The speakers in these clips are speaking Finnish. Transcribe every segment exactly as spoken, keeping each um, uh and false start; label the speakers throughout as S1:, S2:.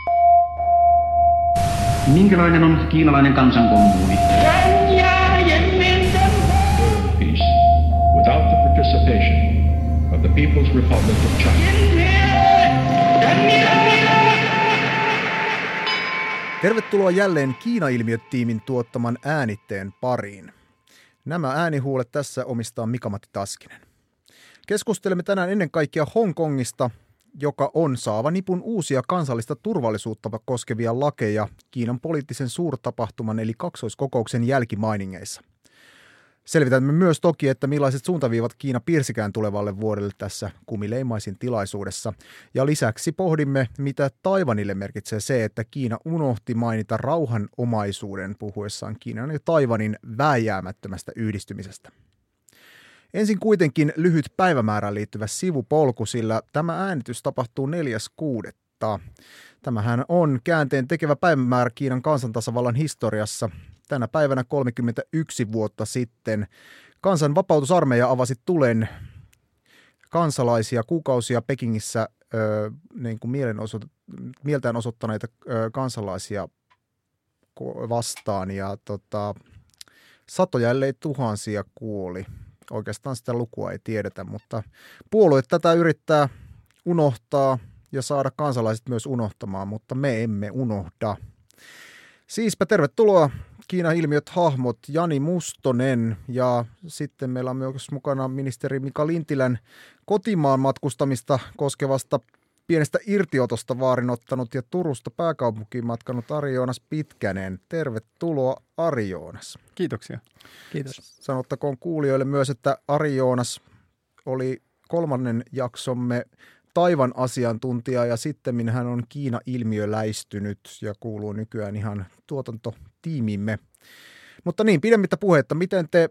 S1: Minkälainen on kiinalainen kansankommuuni?
S2: Peace without the participation of the People's Republic of China.
S3: Tervetuloa jälleen Kiina-ilmiöt-tiimin tuottaman äänitteen pariin. Nämä äänihuulet tässä omistaa Mika-Matti Taskinen. Keskustelemme tänään ennen kaikkea Hongkongista, joka on saava nipun uusia kansallista turvallisuutta koskevia lakeja Kiinan poliittisen suurtapahtuman eli kaksoiskokouksen jälkimainingeissa. Selvitämme myös toki, että millaiset suuntaviivat Kiina piirsikään tulevalle vuodelle tässä kumileimaisin tilaisuudessa. Ja lisäksi pohdimme, mitä Taiwanille merkitsee se, että Kiina unohti mainita rauhanomaisuuden puhuessaan Kiinan ja Taiwanin vääjäämättömästä yhdistymisestä. Ensin kuitenkin lyhyt päivämäärään liittyvä sivupolku, sillä tämä äänitys tapahtuu neljäs kuudetta. Tämähän on käänteen tekevä päivämäärä Kiinan kansantasavallan historiassa. Tänä päivänä kolmekymmentäyksi vuotta sitten kansanvapautusarmeija avasi tulen kansalaisia kuukausia Pekingissä ö, niin kuin mieltään osoittaneita ö, kansalaisia vastaan ja tota, satoja ellei tuhansia kuoli. Oikeastaan sitä lukua ei tiedetä, mutta puolue tätä yrittää unohtaa ja saada kansalaiset myös unohtamaan, mutta me emme unohda. Siispä tervetuloa Kiina-ilmiöt hahmot Jani Mustonen ja sitten meillä on myös mukana ministeri Mika Lintilän kotimaan matkustamista koskevasta pienestä irtiotosta vaarin ottanut ja Turusta pääkaupunkiin matkanut Ari Joonas Pitkänen. Tervetuloa Ari Joonas.
S4: Kiitoksia. Kiitos.
S3: Sanottakoon kuulijoille myös, että Ari Joonas oli kolmannen jaksomme Taiwan asiantuntija ja sittemmin hän on Kiina-ilmiöläistynyt ja kuuluu nykyään ihan tuotantotiimimme. Mutta niin, pidemmittä puhetta, miten te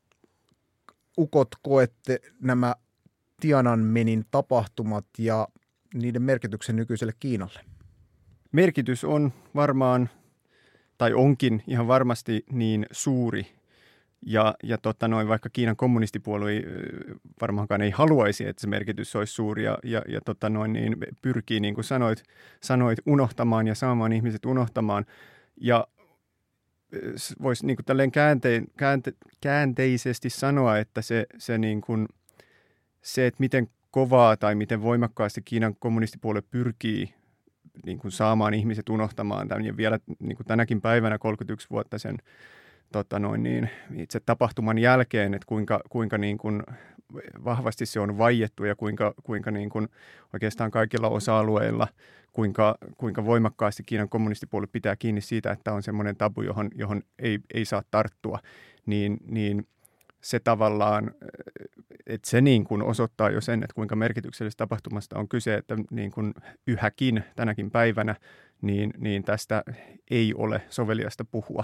S3: ukot koette nämä Tiananmenin tapahtumat ja niiden merkityksen nykyiselle Kiinalle?
S4: Merkitys on varmaan, tai onkin ihan varmasti niin suuri. Ja, ja tota noin, vaikka Kiinan kommunistipuolue varmaankaan ei haluaisi, että se merkitys olisi suuri ja, ja, ja tota noin, niin pyrkii, niin kuin sanoit, sanoit, unohtamaan ja saamaan ihmiset unohtamaan. Ja voisi niin kuin tälleen käänte, käänte, käänteisesti sanoa, että se, se, niin kuin, se, että miten kovaa tai miten voimakkaasti Kiinan kommunistipuolue pyrkii niin kuin saamaan ihmiset unohtamaan tämän ja vielä niin kuin tänäkin päivänä kolmekymmentäyksi vuotta sen Tota noin niin, itse tapahtuman jälkeen, että kuinka, kuinka niin kuin vahvasti se on vaiettu ja kuinka, kuinka niin kuin oikeastaan kaikilla osa-alueilla, kuinka, kuinka voimakkaasti Kiinan kommunistipuolue pitää kiinni siitä, että on semmoinen tabu, johon, johon ei, ei saa tarttua, niin, niin se tavallaan, että se niin kuin osoittaa jo sen, että kuinka merkityksellisestä tapahtumasta on kyse, että niin kuin yhäkin tänäkin päivänä, niin, niin tästä ei ole soveliasta puhua.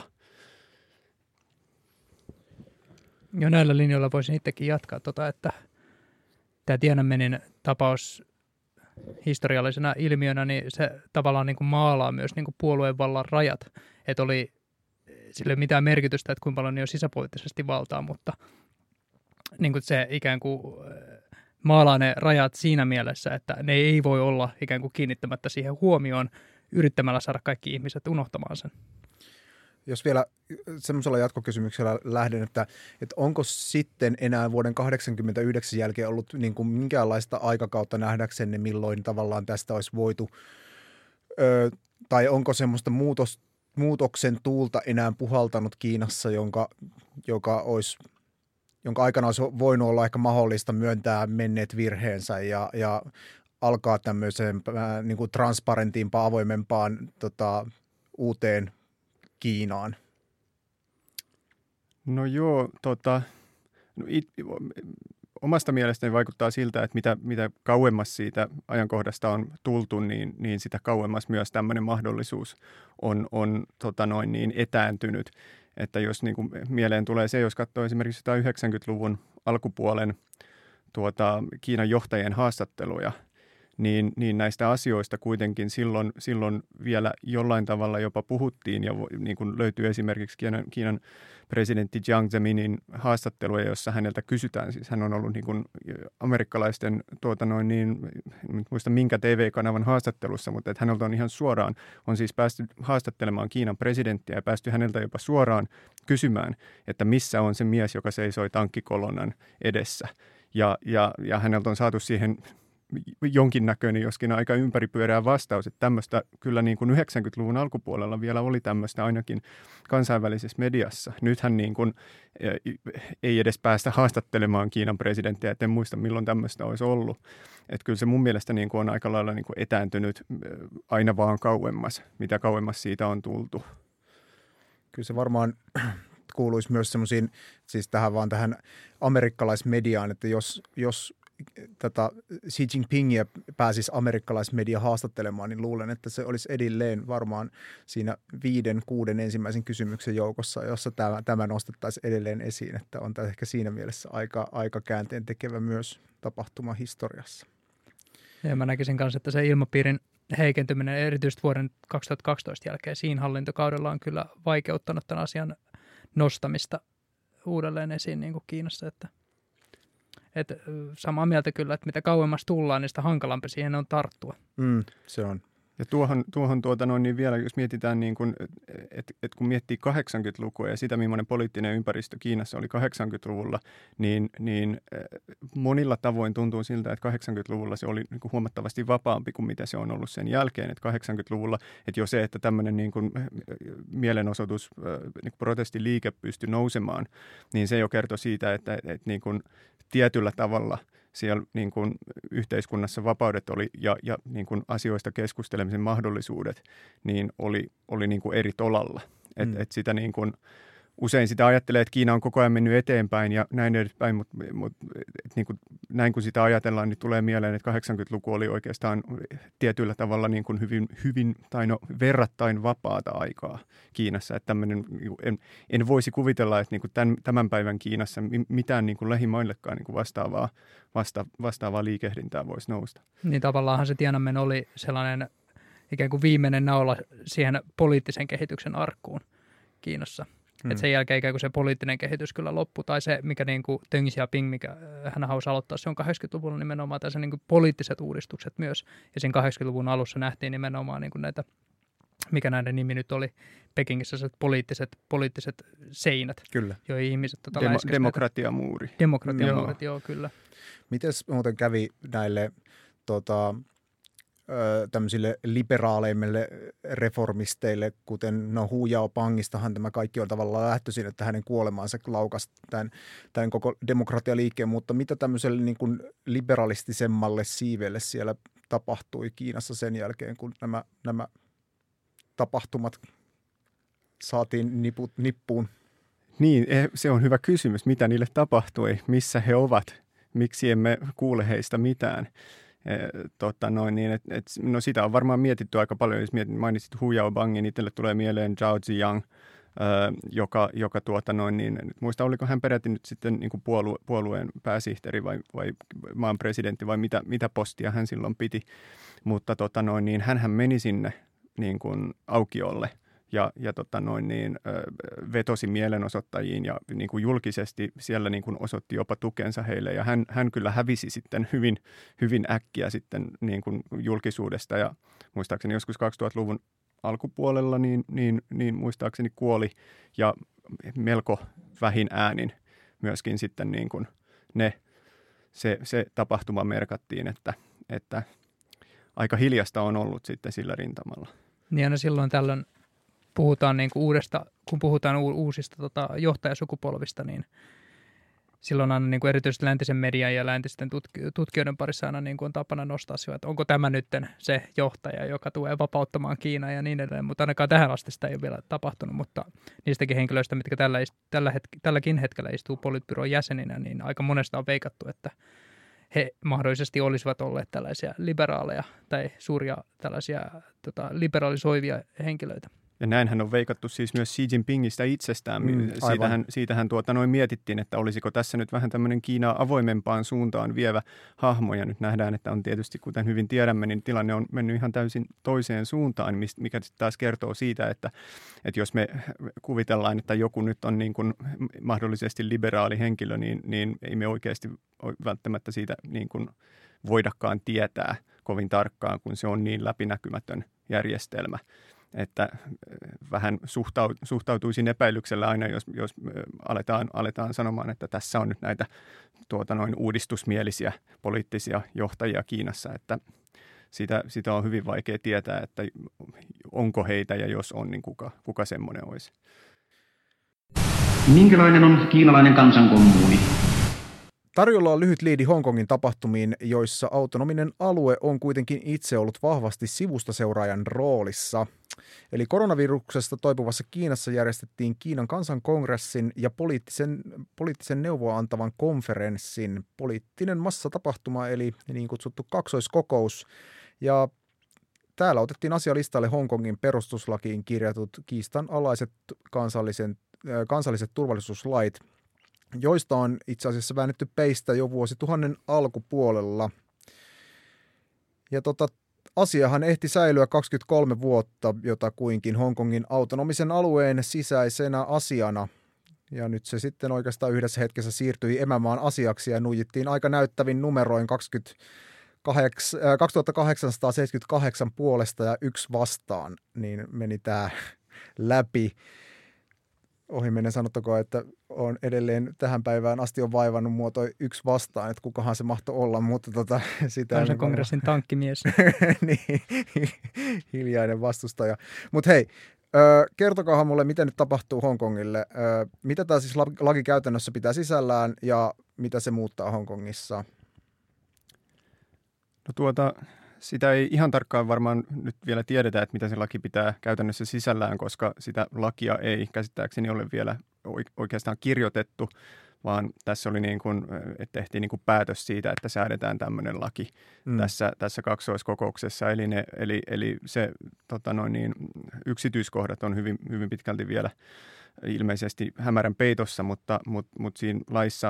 S5: Jo näillä linjoilla voisin itsekin jatkaa, tota, että tämä Tiananmenin tapaus historiallisena ilmiönä, niin se tavallaan niin kuin maalaa myös niin kuin puolueen vallan rajat. Että oli, sillä ei ole mitään merkitystä, että kuinka paljon ne on sisäpoliittisesti valtaa, mutta niin kuin se ikään kuin maalaa ne rajat siinä mielessä, että ne ei voi olla ikään kuin kiinnittämättä siihen huomioon yrittämällä saada kaikki ihmiset unohtamaan sen.
S3: Jos vielä semmoisella jatkokysymyksellä lähden, että, että onko sitten enää vuoden kahdeksankymmentäyhdeksän jälkeen ollut niin kuin minkäänlaista aikakautta nähdäksenne, milloin tavallaan tästä olisi voitu, ö, tai onko semmoista muutos, muutoksen tuulta enää puhaltanut Kiinassa, jonka, joka olisi, jonka aikana olisi voinut olla ehkä mahdollista myöntää menneet virheensä ja, ja alkaa tämmöiseen niin kuin transparentimpaan, avoimempaan tota, uuteen Kiinaan?
S4: No joo, tota, no it, omasta mielestäni vaikuttaa siltä, että mitä, mitä kauemmas siitä ajankohdasta on tultu, niin, niin sitä kauemmas myös tämmöinen mahdollisuus on, on tota noin niin etääntynyt. Että jos niin kuin mieleen tulee se, jos katsoo esimerkiksi yhdeksänkymmentäluvun alkupuolen tuota, Kiinan johtajien haastatteluja, niin, niin näistä asioista kuitenkin silloin, silloin vielä jollain tavalla jopa puhuttiin ja niin kuin löytyy esimerkiksi Kiinan, Kiinan presidentti Jiang Zeminin haastatteluja, jossa häneltä kysytään, siis hän on ollut niin kuin amerikkalaisten, tuota noin niin, en muista minkä T V-kanavan haastattelussa, mutta että häneltä on ihan suoraan, on siis päästy haastattelemaan Kiinan presidenttiä ja päästy häneltä jopa suoraan kysymään, että missä on se mies, joka seisoi tankkikolonnan edessä. Ja, ja, ja häneltä on saatu siihen jonkinnäköinen, joskin aika ympäripyöreä vastaus, että tämmöistä kyllä niin kuin yhdeksänkymmentäluvun alkupuolella vielä oli tämmöistä ainakin kansainvälisessä mediassa. Nythän niin kuin ei edes päästä haastattelemaan Kiinan presidenttiä, et en muista milloin tämmöistä olisi ollut. Että kyllä se mun mielestä niin kuin on aika lailla niin kuin etääntynyt aina vaan kauemmas, mitä kauemmas siitä on tultu.
S3: Kyllä se varmaan kuuluisi myös semmoisiin, siis tähän vaan tähän amerikkalaismediaan, että jos, jos tätä Xi Jinpingiä pääsisi amerikkalaismedia haastattelemaan, niin luulen, että se olisi edelleen varmaan siinä viiden, kuuden ensimmäisen kysymyksen joukossa, jossa tämä, tämä nostettaisiin edelleen esiin, että on tämä ehkä siinä mielessä aika, aika käänteen tekevä myös tapahtuma historiassa.
S5: Ja mä näkisin kanssa, että se ilmapiirin heikentyminen erityisesti vuoden kaksituhattakaksitoista jälkeen siinä hallintokaudella on kyllä vaikeuttanut tämän asian nostamista uudelleen esiin niin kuin Kiinassa, että Että samaa mieltä kyllä, että mitä kauemmas tullaan, niin sitä hankalampi siihen on tarttua.
S3: Mm, se on.
S4: Ja tuohon, tuohon tuota noin, niin vielä, jos mietitään, niin kun, että et kun miettii kahdeksankymmentälukua ja sitä, millainen poliittinen ympäristö Kiinassa oli kahdeksankymmentäluvulla, niin, niin monilla tavoin tuntuu siltä, että kahdeksankymmentäluvulla se oli niin kuin huomattavasti vapaampi kuin mitä se on ollut sen jälkeen. Että kahdeksankymmentäluvulla, että jo se, että tämmöinen niin kuin mielenosoitus, niin kuin protestiliike pystyi nousemaan, niin se jo kertoi siitä, että, että niin kuin tietyllä tavalla siellä niin kuin yhteiskunnassa vapaudet oli ja, ja niin kuin asioista keskustelemisen mahdollisuudet niin oli, oli niin kuin eri tolalla. Et, mm. et sitä niin kuin, usein sitä ajattelee, että Kiina on koko ajan mennyt eteenpäin ja näin edespäin, mutta mut, niin kuin, näin kun sitä ajatellaan, niin tulee mieleen, että kahdeksankymmentäluku oli oikeastaan tietyllä tavalla niin kuin hyvin, hyvin tai no verrattain vapaata aikaa Kiinassa. Että tämmöinen, en, en voisi kuvitella, että niin kuin tämän, tämän päivän Kiinassa mitään niin kuin lähimaillekaan niin kuin vastaavaa, vasta, vastaavaa liikehdintää voisi nousta. Niin
S5: tavallaanhan se Tiananmen oli sellainen ikään kuin viimeinen naula siihen poliittisen kehityksen arkkuun Kiinassa. Hmm. Että sen jälkeen ikään kuin se poliittinen kehitys kyllä loppui, tai se, mikä niin kuin Deng Xiaoping, mikä hän halusi aloittaa, se on kahdeksankymmentäluvulla nimenomaan, tai se niin kuin poliittiset uudistukset myös. Ja siinä kahdeksankymmentäluvun alussa nähtiin nimenomaan niin kuin näitä, mikä näiden nimi nyt oli, Pekingissä, se poliittiset, poliittiset seinät,
S3: kyllä.
S5: joihin ihmiset tota,
S4: Demo, Demokratiamuuri.
S5: Demokratiamuurit, joo. joo, kyllä.
S3: Mites muuten kävi näille tota, tämmöisille liberaaleimmille reformisteille, kuten no Hu Yaopangistahan tämä kaikki on tavallaan lähtöisin, että hänen kuolemaansa laukasi tämän, tämän koko demokratialiikkeen, mutta mitä tämmöiselle niin kuin liberalistisemmalle siivelle siellä tapahtui Kiinassa sen jälkeen, kun nämä, nämä tapahtumat saatiin niput, nippuun?
S4: Niin, se on hyvä kysymys. Mitä niille tapahtui? Missä he ovat? Miksi emme kuule heistä mitään? Totta noin, niin, et, et, no sitä on varmaan mietitty aika paljon, jos mietit, mainitsit Hu Yaobangin, itselle tulee mieleen Zhao Ziyang, ää, joka, joka tuota noin, niin nyt muista, oliko hän peräti nyt sitten niin kuin puolue, puolueen pääsihteeri vai, vai maan presidentti vai mitä, mitä postia hän silloin piti, mutta tota noin, niin hänhän meni sinne niin kuin aukiolle. Ja, ja tota noin niin, vetosi mielenosoittajiin ja niin kuin julkisesti siellä niin kuin osoitti jopa tukensa heille. Ja hän, hän kyllä hävisi sitten hyvin, hyvin äkkiä sitten niin kuin julkisuudesta. Ja muistaakseni joskus kaksituhattaluvun alkupuolella niin, niin, niin muistaakseni kuoli ja melko vähin äänin myöskin sitten niin kuin ne, se, se tapahtuma merkattiin, että, että aika hiljasta on ollut sitten sillä rintamalla.
S5: Niin aina silloin tällöin puhutaan niin kuin uudesta, kun puhutaan uusista tota, johtajasukupolvista, niin silloin aina niin kuin erityisesti läntisen median ja läntisten tutki- tutkijoiden parissa aina niin kuin on tapana nostaa sillä, että onko tämä nyt se johtaja, joka tulee vapauttamaan Kiinaa ja niin edelleen, mutta ainakaan tähän asti sitä ei ole vielä tapahtunut, mutta niistäkin henkilöistä, mitkä tällä, tällä hetk- tälläkin hetkellä istuu politbyroon jäseninä, niin aika monesta on veikattu, että he mahdollisesti olisivat olleet tällaisia liberaaleja tai suuria tällaisia tota, liberalisoivia henkilöitä.
S4: Ja näinhän on veikattu siis myös Xi Jinpingistä itsestään. Mm, siitähän siitähän tuota, noin mietittiin, että olisiko tässä nyt vähän tämmöinen Kiinaa avoimempaan suuntaan vievä hahmo. Ja nyt nähdään, että on tietysti, kuten hyvin tiedämme, niin tilanne on mennyt ihan täysin toiseen suuntaan, mikä taas kertoo siitä, että, että jos me kuvitellaan, että joku nyt on niin kuin mahdollisesti liberaali henkilö, niin, niin ei me oikeasti välttämättä siitä niin kuin voidakaan tietää kovin tarkkaan, kun se on niin läpinäkymätön järjestelmä. Että vähän suhtautuisin epäilyksellä aina, jos, jos aletaan, aletaan sanomaan, että tässä on nyt näitä tuota, noin uudistusmielisiä poliittisia johtajia Kiinassa, että sitä, sitä on hyvin vaikea tietää, että onko heitä ja jos on, niin kuka, kuka semmoinen olisi.
S1: Minkälainen on kiinalainen kansankommuuni?
S3: Tarjolla on lyhyt liidi Hongkongin tapahtumiin, joissa autonominen alue on kuitenkin itse ollut vahvasti sivustaseuraajan roolissa. Eli koronaviruksesta toipuvassa Kiinassa järjestettiin Kiinan kansankongressin ja poliittisen, poliittisen neuvoa antavan konferenssin poliittinen massatapahtuma, eli niin kutsuttu kaksoiskokous. Ja täällä otettiin asialistalle Hongkongin perustuslakiin kirjatut kiistanalaiset kansallisen, äh, kansalliset turvallisuuslait, joista on itse asiassa väännetty peistä jo vuosituhannen alkupuolella. Ja tota, asiahan ehti säilyä kaksikymmentäkolme vuotta jotakuinkin Hongkongin autonomisen alueen sisäisenä asiana. Ja nyt se sitten oikeastaan yhdessä hetkessä siirtyi emämaan asiaksi ja nuijittiin aika näyttävin numeroin kaksituhattakahdeksansataaseitsemänkymmentäkahdeksan puolesta ja yksi vastaan, niin meni tämä läpi. Ohimennen sanottakoon, että on edelleen tähän päivään asti on vaivannut muoto yksi vastaan, että kukahan se mahtoi olla, mutta tota, sitä...
S5: Kansankongressin tankkimies.
S3: Niin, hiljainen vastustaja. Mutta hei, ö, kertokaahan mulle, mitä nyt tapahtuu Hongkongille. Ö, mitä tämä siis laki käytännössä pitää sisällään ja mitä se muuttaa Hongkongissa?
S4: No tuota... Sitä ei ihan tarkkaan varmaan nyt vielä tiedetä, että mitä se laki pitää käytännössä sisällään, koska sitä lakia ei käsittääkseni ole vielä oikeastaan kirjoitettu, vaan tässä oli niin kuin, että tehtiin niin kuin päätös siitä, että säädetään tämmöinen laki mm. tässä, tässä kaksoiskokouksessa. Eli, ne, eli, eli se tota noin niin, yksityiskohdat on hyvin, hyvin pitkälti vielä ilmeisesti hämärän peitossa, mutta, mutta, mutta siinä laissa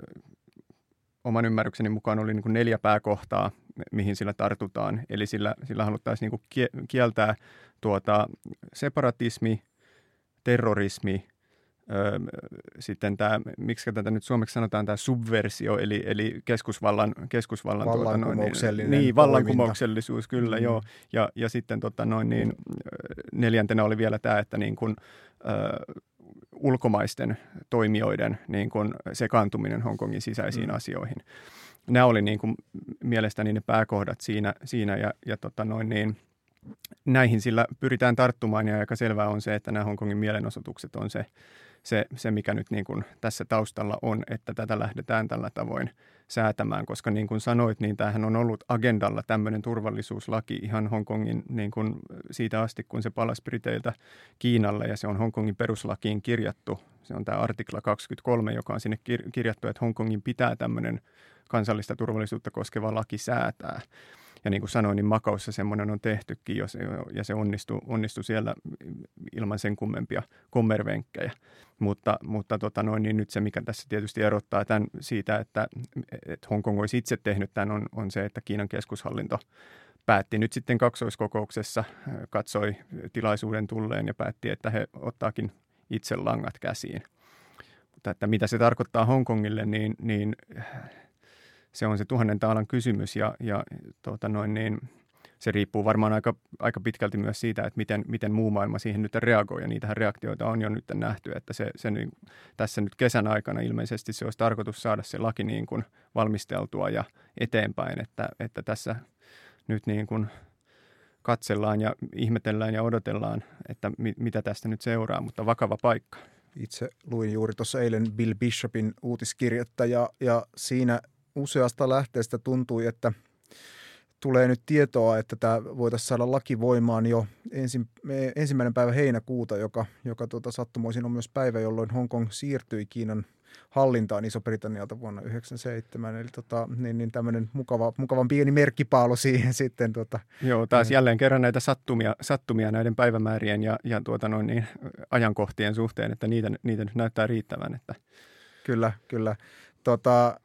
S4: oman ymmärrykseni mukaan oli niin kuin neljä pääkohtaa, mihin sillä tartutaan. Eli sillä, sillä haluttaisiin niin kuin kieltää tuota separatismi, terrorismi, öö, sitten tämä, miksi tätä nyt suomeksi sanotaan, tämä subversio, eli, eli keskusvallan, keskusvallan
S3: vallankumouksellinen
S4: tuota, noin, niin, vallankumouksellisuus, kyllä, mm. joo. Ja, ja sitten tota, noin, niin, neljäntenä oli vielä tämä, että niin kuin, öö, ulkomaisten toimijoiden niin kuin sekaantuminen Hongkongin sisäisiin mm. asioihin. Nämä oli niin kuin mielestäni ne pääkohdat siinä, siinä ja, ja tota noin niin, näihin sillä pyritään tarttumaan ja aika selvää on se, että nämä Hongkongin mielenosoitukset on se, se, se mikä nyt niin kuin tässä taustalla on, että tätä lähdetään tällä tavoin säätämään, koska niin kuin sanoit, niin tämähän on ollut agendalla tämmöinen turvallisuuslaki ihan Hongkongin niin kuin siitä asti, kun se palasi Briteiltä Kiinalle ja se on Hongkongin peruslakiin kirjattu. Se on tämä artikla kaksikymmentäkolme, joka on sinne kirjattu, että Hongkongin pitää tämmöinen kansallista turvallisuutta koskeva laki säätää. Ja niin kuin sanoin, niin Makaussa semmoinen on tehtykin jos, ja se onnistui, onnistui siellä ilman sen kummempia kommervenkkejä. Mutta, mutta tota noin, niin nyt se, mikä tässä tietysti erottaa tämän siitä, että, että Hongkong olisi itse tehnyt tämän, on, on se, että Kiinan keskushallinto päätti nyt sitten kaksoiskokouksessa, katsoi tilaisuuden tulleen ja päätti, että he ottaakin itse langat käsiin. Mutta että mitä se tarkoittaa Hongkongille, niin... niin se on se tuhannen taalan kysymys ja, ja tuota noin niin, se riippuu varmaan aika, aika pitkälti myös siitä, että miten, miten muu maailma siihen nyt reagoi. Ja niitähän reaktioita on jo nyt nähty, että se, se niin, tässä nyt kesän aikana ilmeisesti se olisi tarkoitus saada se laki niin kuin valmisteltua ja eteenpäin, että, että tässä nyt niin kuin katsellaan ja ihmetellään ja odotellaan, että mi, mitä tästä nyt seuraa, mutta vakava paikka.
S3: Itse luin juuri tuossa eilen Bill Bishopin uutiskirjettä ja, ja siinä useasta lähteestä tuntui, että tulee nyt tietoa, että tämä voitaisiin saada laki voimaan jo ensi, ensimmäinen päivä heinäkuuta, joka, joka tuota, sattumoisin on myös päivä, jolloin Hongkong siirtyi Kiinan hallintaan Iso-Britannialta vuonna yhdeksänkymmentäseitsemän. Eli tota, niin, niin tämmöinen mukava, mukavan pieni merkkipaalu siihen sitten. Tota,
S4: Joo, taas jälleen kerran näitä sattumia, sattumia näiden päivämäärien ja, ja tuota noin niin, ajankohtien suhteen, että niitä, niitä nyt näyttää riittävän. Että.
S3: Kyllä, kyllä. Tota,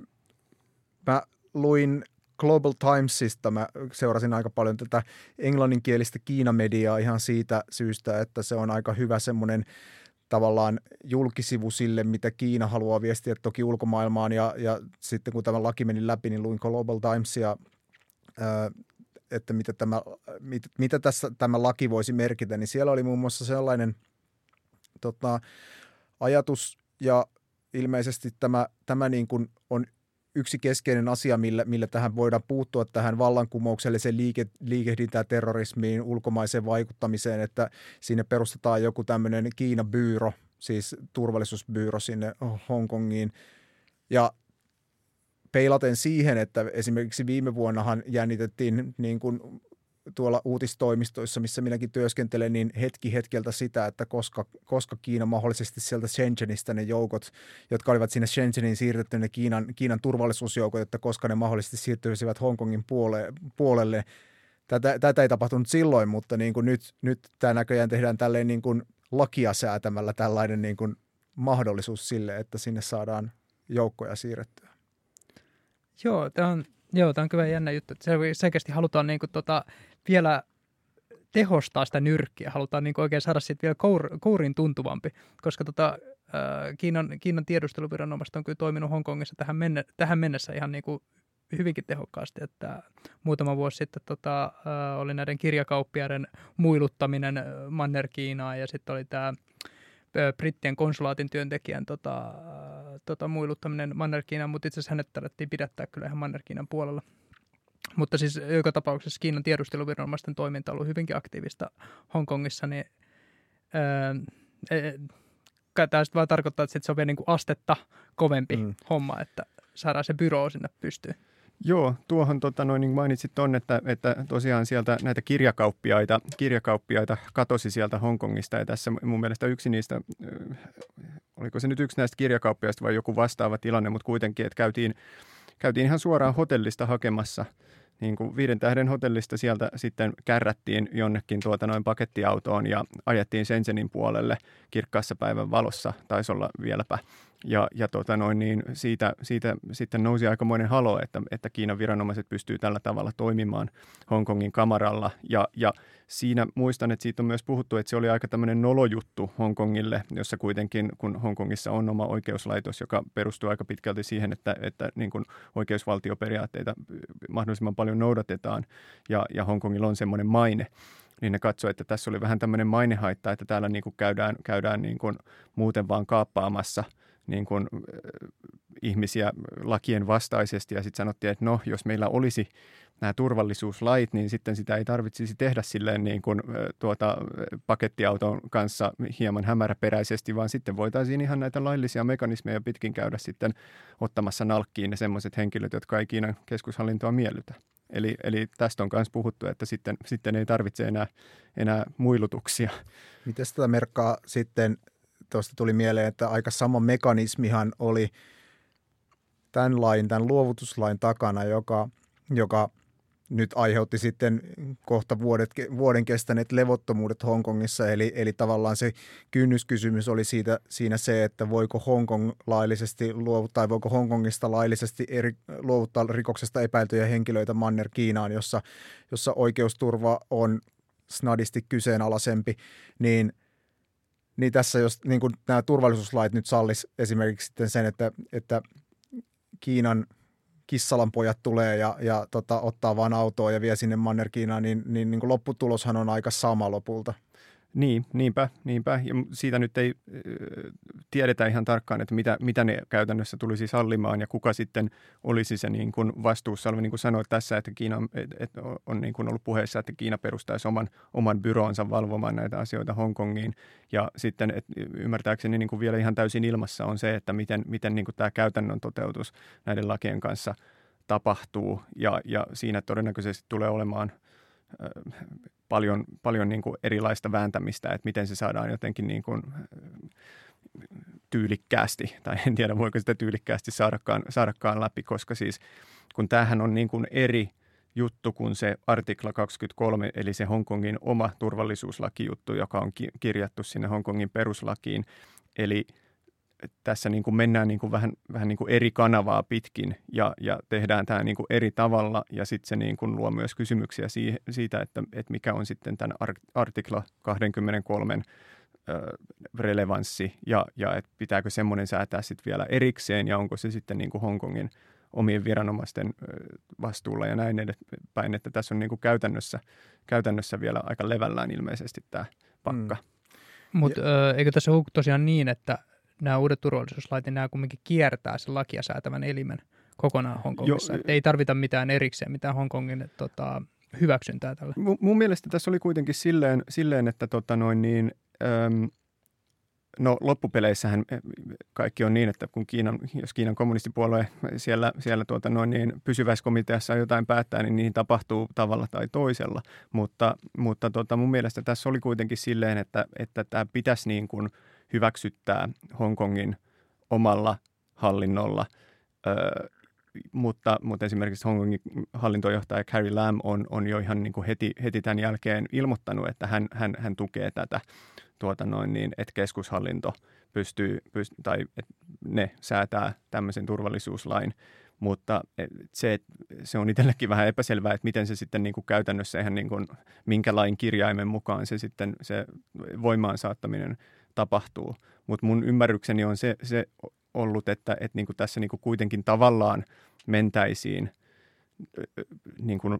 S3: mä luin Global Timesista, mä seurasin aika paljon tätä englanninkielistä Kiina-mediaa ihan siitä syystä, että se on aika hyvä semmoinen tavallaan julkisivu sille, mitä Kiina haluaa viestiä toki ulkomaailmaan. Ja, ja sitten kun tämä laki meni läpi, niin luin Global Timesia, ää, että mitä, tämä, mit, mitä tässä tämä laki voisi merkitä. Niin siellä oli muun muassa sellainen tota, ajatus, ja ilmeisesti tämä, tämä niin kuin on yksi keskeinen asia, millä, millä tähän voidaan puuttua, tähän vallankumoukselliseen liike, liikehdintään, terrorismiin, ulkomaiseen vaikuttamiseen, että siinä perustetaan joku tämmöinen Kiina-byyro, siis turvallisuusbyyro sinne Hongkongiin. Ja peilaten siihen, että esimerkiksi viime vuonnahan jännitettiin niin kuin tuolla uutistoimistoissa, missä minäkin työskentelen, niin hetki hetkeltä sitä, että koska, koska Kiina mahdollisesti sieltä Shenzhenistä ne joukot, jotka olivat sinne Shenzheniin siirretty, ne Kiinan, Kiinan turvallisuusjoukot, että koska ne mahdollisesti siirtyisivät Hongkongin puole, puolelle. Tätä, tätä ei tapahtunut silloin, mutta niin kuin nyt, nyt tämä näköjään tehdään tälleen niin kuin lakia säätämällä tällainen niin kuin mahdollisuus sille, että sinne saadaan joukkoja siirrettyä.
S5: Joo, tämä on Joo, tämä on kyllä jännä juttu. Selkeästi halutaan niin kuin, tota, vielä tehostaa sitä nyrkkiä. Halutaan niin kuin, oikein saada siitä vielä kour, kourin tuntuvampi, koska tota, äh, Kiinan, Kiinan tiedusteluviranomaiset on kyllä toiminut Hongkongissa tähän, menne, tähän mennessä ihan niin kuin, hyvinkin tehokkaasti. Että muutama vuosi sitten tota, äh, oli näiden kirjakauppiaiden muiluttaminen Manner-Kiinaan ja sitten oli tämä brittien konsulaatin työntekijän tota, tota, muiluttaminen Manner-Kiinaan, mutta itse asiassa hänet tarvittiin pidättää kyllä ihan Manner-Kiinan puolella. Mutta siis joka tapauksessa Kiinan tiedusteluviranomaisten toiminta on ollut hyvinkin aktiivista Hongkongissa, niin ää, tämä sitten vaan tarkoittaa, että se on vielä niin kuin astetta kovempi mm. homma, että saadaan se byroo sinne pystyyn.
S4: Joo, tuohon tota, noin, niin mainitsit on, että, että tosiaan sieltä näitä kirjakauppiaita, kirjakauppiaita katosi sieltä Hongkongista ja tässä mun mielestä yksi niistä, oliko se nyt yksi näistä kirjakauppiaista vai joku vastaava tilanne, mutta kuitenkin, että käytiin, käytiin ihan suoraan hotellista hakemassa, niin kuin viiden tähden hotellista sieltä sitten kärrättiin jonnekin tuota noin pakettiautoon ja ajettiin Shenzhenin puolelle kirkkaassa päivän valossa, taisi olla vieläpä. Ja, ja tota noin, niin siitä, siitä sitten nousi aikamoinen halo, että, että Kiinan viranomaiset pystyy tällä tavalla toimimaan Hongkongin kamaralla. Ja, ja siinä muistan, että siitä on myös puhuttu, että se oli aika tämmöinen nolojuttu Hongkongille, jossa kuitenkin, kun Hongkongissa on oma oikeuslaitos, joka perustuu aika pitkälti siihen, että, että niin kuin oikeusvaltioperiaatteita mahdollisimman paljon noudatetaan ja, ja Hongkongilla on semmoinen maine, niin ne katsoi, että tässä oli vähän tämmöinen mainehaitta, että täällä niin kuin käydään, käydään niin kuin muuten vaan kaappaamassa niin kuin, äh, ihmisiä lakien vastaisesti ja sitten sanottiin, että no, jos meillä olisi nämä turvallisuuslait, niin sitten sitä ei tarvitsisi tehdä silleen niin kuin äh, tuota, pakettiauton kanssa hieman hämäräperäisesti, vaan sitten voitaisiin ihan näitä laillisia mekanismeja pitkin käydä sitten ottamassa nalkkiin ne semmoiset henkilöt, jotka ei Kiinan keskushallintoa miellytä. Eli, eli tästä on myös puhuttu, että sitten, sitten ei tarvitse enää, enää muilutuksia.
S3: Miten tätä merkkaa sitten, tuosta tuli mieleen, että aika sama mekanismihan oli tämän lain, tämän luovutuslain takana, joka, joka nyt aiheutti sitten kohta vuodet, vuoden kestäneet levottomuudet Hongkongissa. Eli, eli tavallaan se kynnyskysymys oli siitä, siinä se, että voiko Hongkong laillisesti luovuttaa, tai voiko Hongkongista laillisesti eri, luovuttaa rikoksesta epäiltyjä henkilöitä Manner-Kiinaan, jossa, jossa oikeusturva on snadisti kyseenalaisempi, niin Niin tässä jos niin kuin nämä turvallisuuslait nyt sallis esimerkiksi sitten sen, että, että Kiinan kissalan pojat tulee ja, ja tota, ottaa vaan autoa ja vie sinne Manner-Kiinaan, niin, niin, niin kuin lopputuloshan on aika sama lopulta.
S4: Niin, niinpä, niinpä. Ja siitä nyt ei äh, tiedetä ihan tarkkaan, että mitä, mitä ne käytännössä tulisi sallimaan ja kuka sitten olisi se niin kuin vastuussa. Niin kuin sanoit tässä, että Kiina et, et on niin kuin ollut puheessa, että Kiina perustaisi oman, oman byroonsa valvomaan näitä asioita Hongkongiin. Ja sitten et, ymmärtääkseni niin kuin vielä ihan täysin ilmassa on se, että miten, miten niin kuin tämä käytännön toteutus näiden lakien kanssa tapahtuu. Ja, ja siinä todennäköisesti tulee olemaan paljon, paljon niin kuin erilaista vääntämistä, että miten se saadaan jotenkin niin kuin tyylikkäästi, tai en tiedä voiko sitä tyylikkäästi saadakaan, saadakaan läpi, koska siis kun tämähän on niin kuin eri juttu kuin se artikla kaksikymmentäkolme, eli se Hongkongin oma turvallisuuslakijuttu, joka on ki- kirjattu sinne Hongkongin peruslakiin. Eli tässä niin kuin mennään niin kuin vähän, vähän niin kuin eri kanavaa pitkin ja, ja tehdään tämä niin kuin eri tavalla ja sitten se niin kuin luo myös kysymyksiä siihen, siitä, että, että mikä on sitten tämän artikla kaksikymmentäkolme relevanssi ja, ja että pitääkö semmoinen säätää sitten vielä erikseen ja onko se sitten niin kuin Hongkongin omien viranomaisten vastuulla ja näin edespäin, että tässä on niin kuin käytännössä, käytännössä vielä aika levällään ilmeisesti tämä pakka.
S5: Mm. Mutta eikö tässä ole tosiaan niin, että nämä uudet turvallisuuslait, nämä kumminkin kiertää sen lakia säätävän elimen kokonaan Hongkongissa. Että ei tarvita mitään erikseen, mitään Hongkongin tota, hyväksyntää tällä.
S4: M- mun mielestä tässä oli kuitenkin silleen, silleen että tota noin niin, äm, no loppupeleissähän kaikki on niin, että kun Kiinan, jos Kiinan kommunistipuolue siellä, siellä tuota noin niin pysyväiskomiteassa jotain päättää, niin niihin tapahtuu tavalla tai toisella. Mutta, mutta tota mun mielestä tässä oli kuitenkin silleen, että, että tämä pitäisi niin kuin hyväksyttää Hongkongin omalla hallinnolla, öö, mutta, mutta esimerkiksi Hongkongin hallintojohtaja Carrie Lam on, on jo ihan niin kuin heti, heti tämän jälkeen ilmoittanut, että hän, hän, hän tukee tätä, tuota noin niin, että keskushallinto pystyy, pystyy tai että ne säätää tämmöisen turvallisuuslain, mutta se, se on itsellekin vähän epäselvää, että miten se sitten niin kuin käytännössä ihan niin kuin, minkä lain kirjaimen mukaan se sitten se voimaan saattaminen tapahtuu. Mutta mun ymmärrykseni on se, se ollut, että, että niin kuin tässä niin kuin kuitenkin tavallaan mentäisiin niin kuin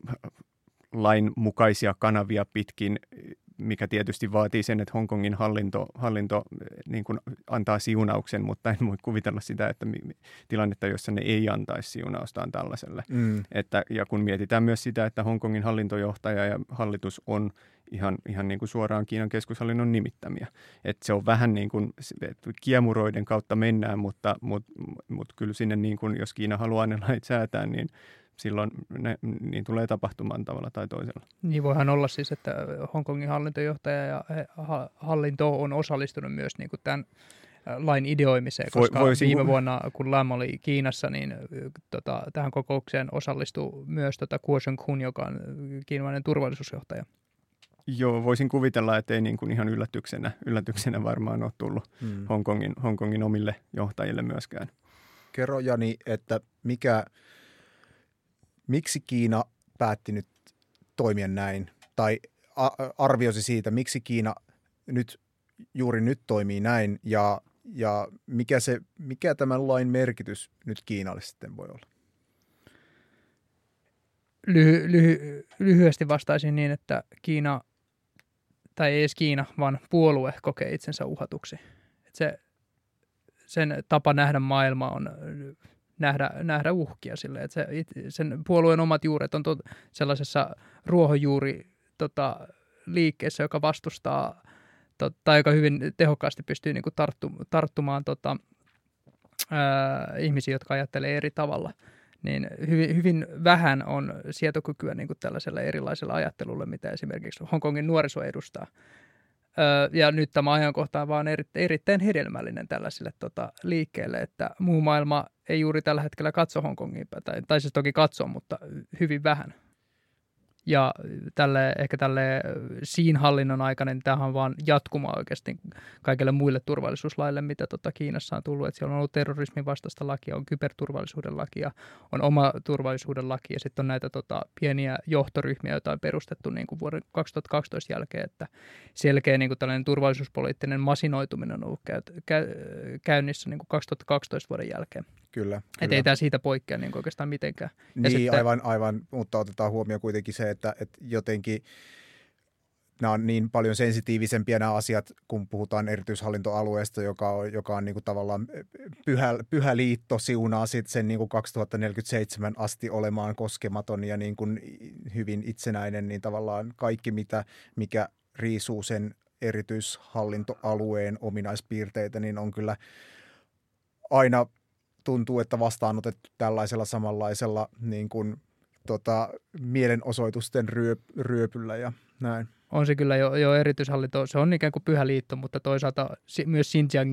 S4: lain mukaisia kanavia pitkin, mikä tietysti vaatii sen, että Hongkongin hallinto, hallinto niin kuin antaa siunauksen, mutta en voi kuvitella sitä, että tilannetta, jossa ne ei antaisi siunaustaan tällaiselle. Mm. Että, ja kun mietitään myös sitä, että Hongkongin hallintojohtaja ja hallitus on ihan, ihan niin kuin suoraan Kiinan keskushallinnon nimittämiä. Että se on vähän niin kuin kiemuroiden kautta mennään, mutta, mutta, mutta kyllä sinne niin kuin, jos Kiina haluaa ne lait säätää, niin silloin ne, niin tulee tapahtumaan tavalla tai toisella.
S5: Niin voihan olla siis, että Hongkongin hallintojohtaja ja hallinto on osallistunut myös niin kuin tämän lain ideoimiseen, koska Voi, viime vuonna, kun Lam oli Kiinassa, niin tota, tähän kokoukseen osallistui myös tota Guo Zhengkun, joka on kiinalainen turvallisuusjohtaja.
S4: Joo, voisin kuvitella, että ei niin kuin ihan yllätyksenä, yllätyksenä varmaan ole tullut hmm. Hongkongin, Hongkongin omille johtajille myöskään.
S3: Kerro Jani, että mikä... Miksi Kiina päätti nyt toimia näin, tai arvioisi siitä, miksi Kiina nyt, juuri nyt toimii näin, ja, ja mikä, se, mikä tämän lain merkitys nyt Kiinalle sitten voi olla?
S5: Lyhy, lyhy, lyhyesti vastaisin niin, että Kiina, tai ei edes Kiina, vaan puolue kokee itsensä uhatuksi. Et se, sen tapa nähdä maailma on... Nähdä, nähdä uhkia silleen, että se, sen puolueen omat juuret on to, sellaisessa ruohonjuuri tota, liikkeessä, joka vastustaa to, tai joka hyvin tehokkaasti pystyy niin kuin tarttu, tarttumaan tota, ää, ihmisiä, jotka ajattelee eri tavalla. Niin hyvin, hyvin vähän on sietokykyä niin kuin tällaisella erilaisella ajattelulla, mitä esimerkiksi Hongkongin nuoriso edustaa. Öö, ja nyt tämä ajankohta on vaan eri, erittäin hedelmällinen tällaisille tota, liikkeelle, että muu maailma ei juuri tällä hetkellä katso Hongkongiin, tai, tai siis toki katsoo, mutta hyvin vähän. Ja tälle, ehkä tälle siinä hallinnon aikana, niin tämähän on vaan jatkuma oikeasti kaikille muille turvallisuuslaille, mitä tota Kiinassa on tullut. Että siellä on ollut terrorismin vastaista lakia, on kyberturvallisuuden lakia, on oma turvallisuuden laki ja sitten on näitä tota, pieniä johtoryhmiä, joita on perustettu niin kuin vuoden kaksituhattakaksitoista jälkeen. Että selkeä niin kuin tällainen turvallisuuspoliittinen masinoituminen on ollut käy, käy, käynnissä niin kuin kaksituhattakaksitoista vuoden jälkeen.
S3: Kyllä.
S5: Että ei tämä siitä poikkea niin oikeastaan mitenkään.
S3: Niin,
S5: sitten,
S3: aivan, aivan, mutta otetaan huomioon kuitenkin se, että, että jotenkin nämä on niin paljon sensitiivisempiä nämä asiat, kun puhutaan erityishallintoalueesta, joka on, joka on niin kuin tavallaan pyhä, pyhä liitto, siunaa sitten sen niin kuin kaksituhattaneljäkymmentäseitsemän asti olemaan koskematon ja niin kuin hyvin itsenäinen, niin tavallaan kaikki, mitä, mikä riisuu sen erityishallintoalueen ominaispiirteitä, niin on kyllä aina tuntuu, että vastaanotettu tällaisella samanlaisella niin kuin, tota, mielenosoitusten ryö, ryöpyllä ja näin.
S5: On se kyllä jo, jo erityishallinto, se on ikään kuin pyhä liitto, mutta toisaalta myös Xinjiangin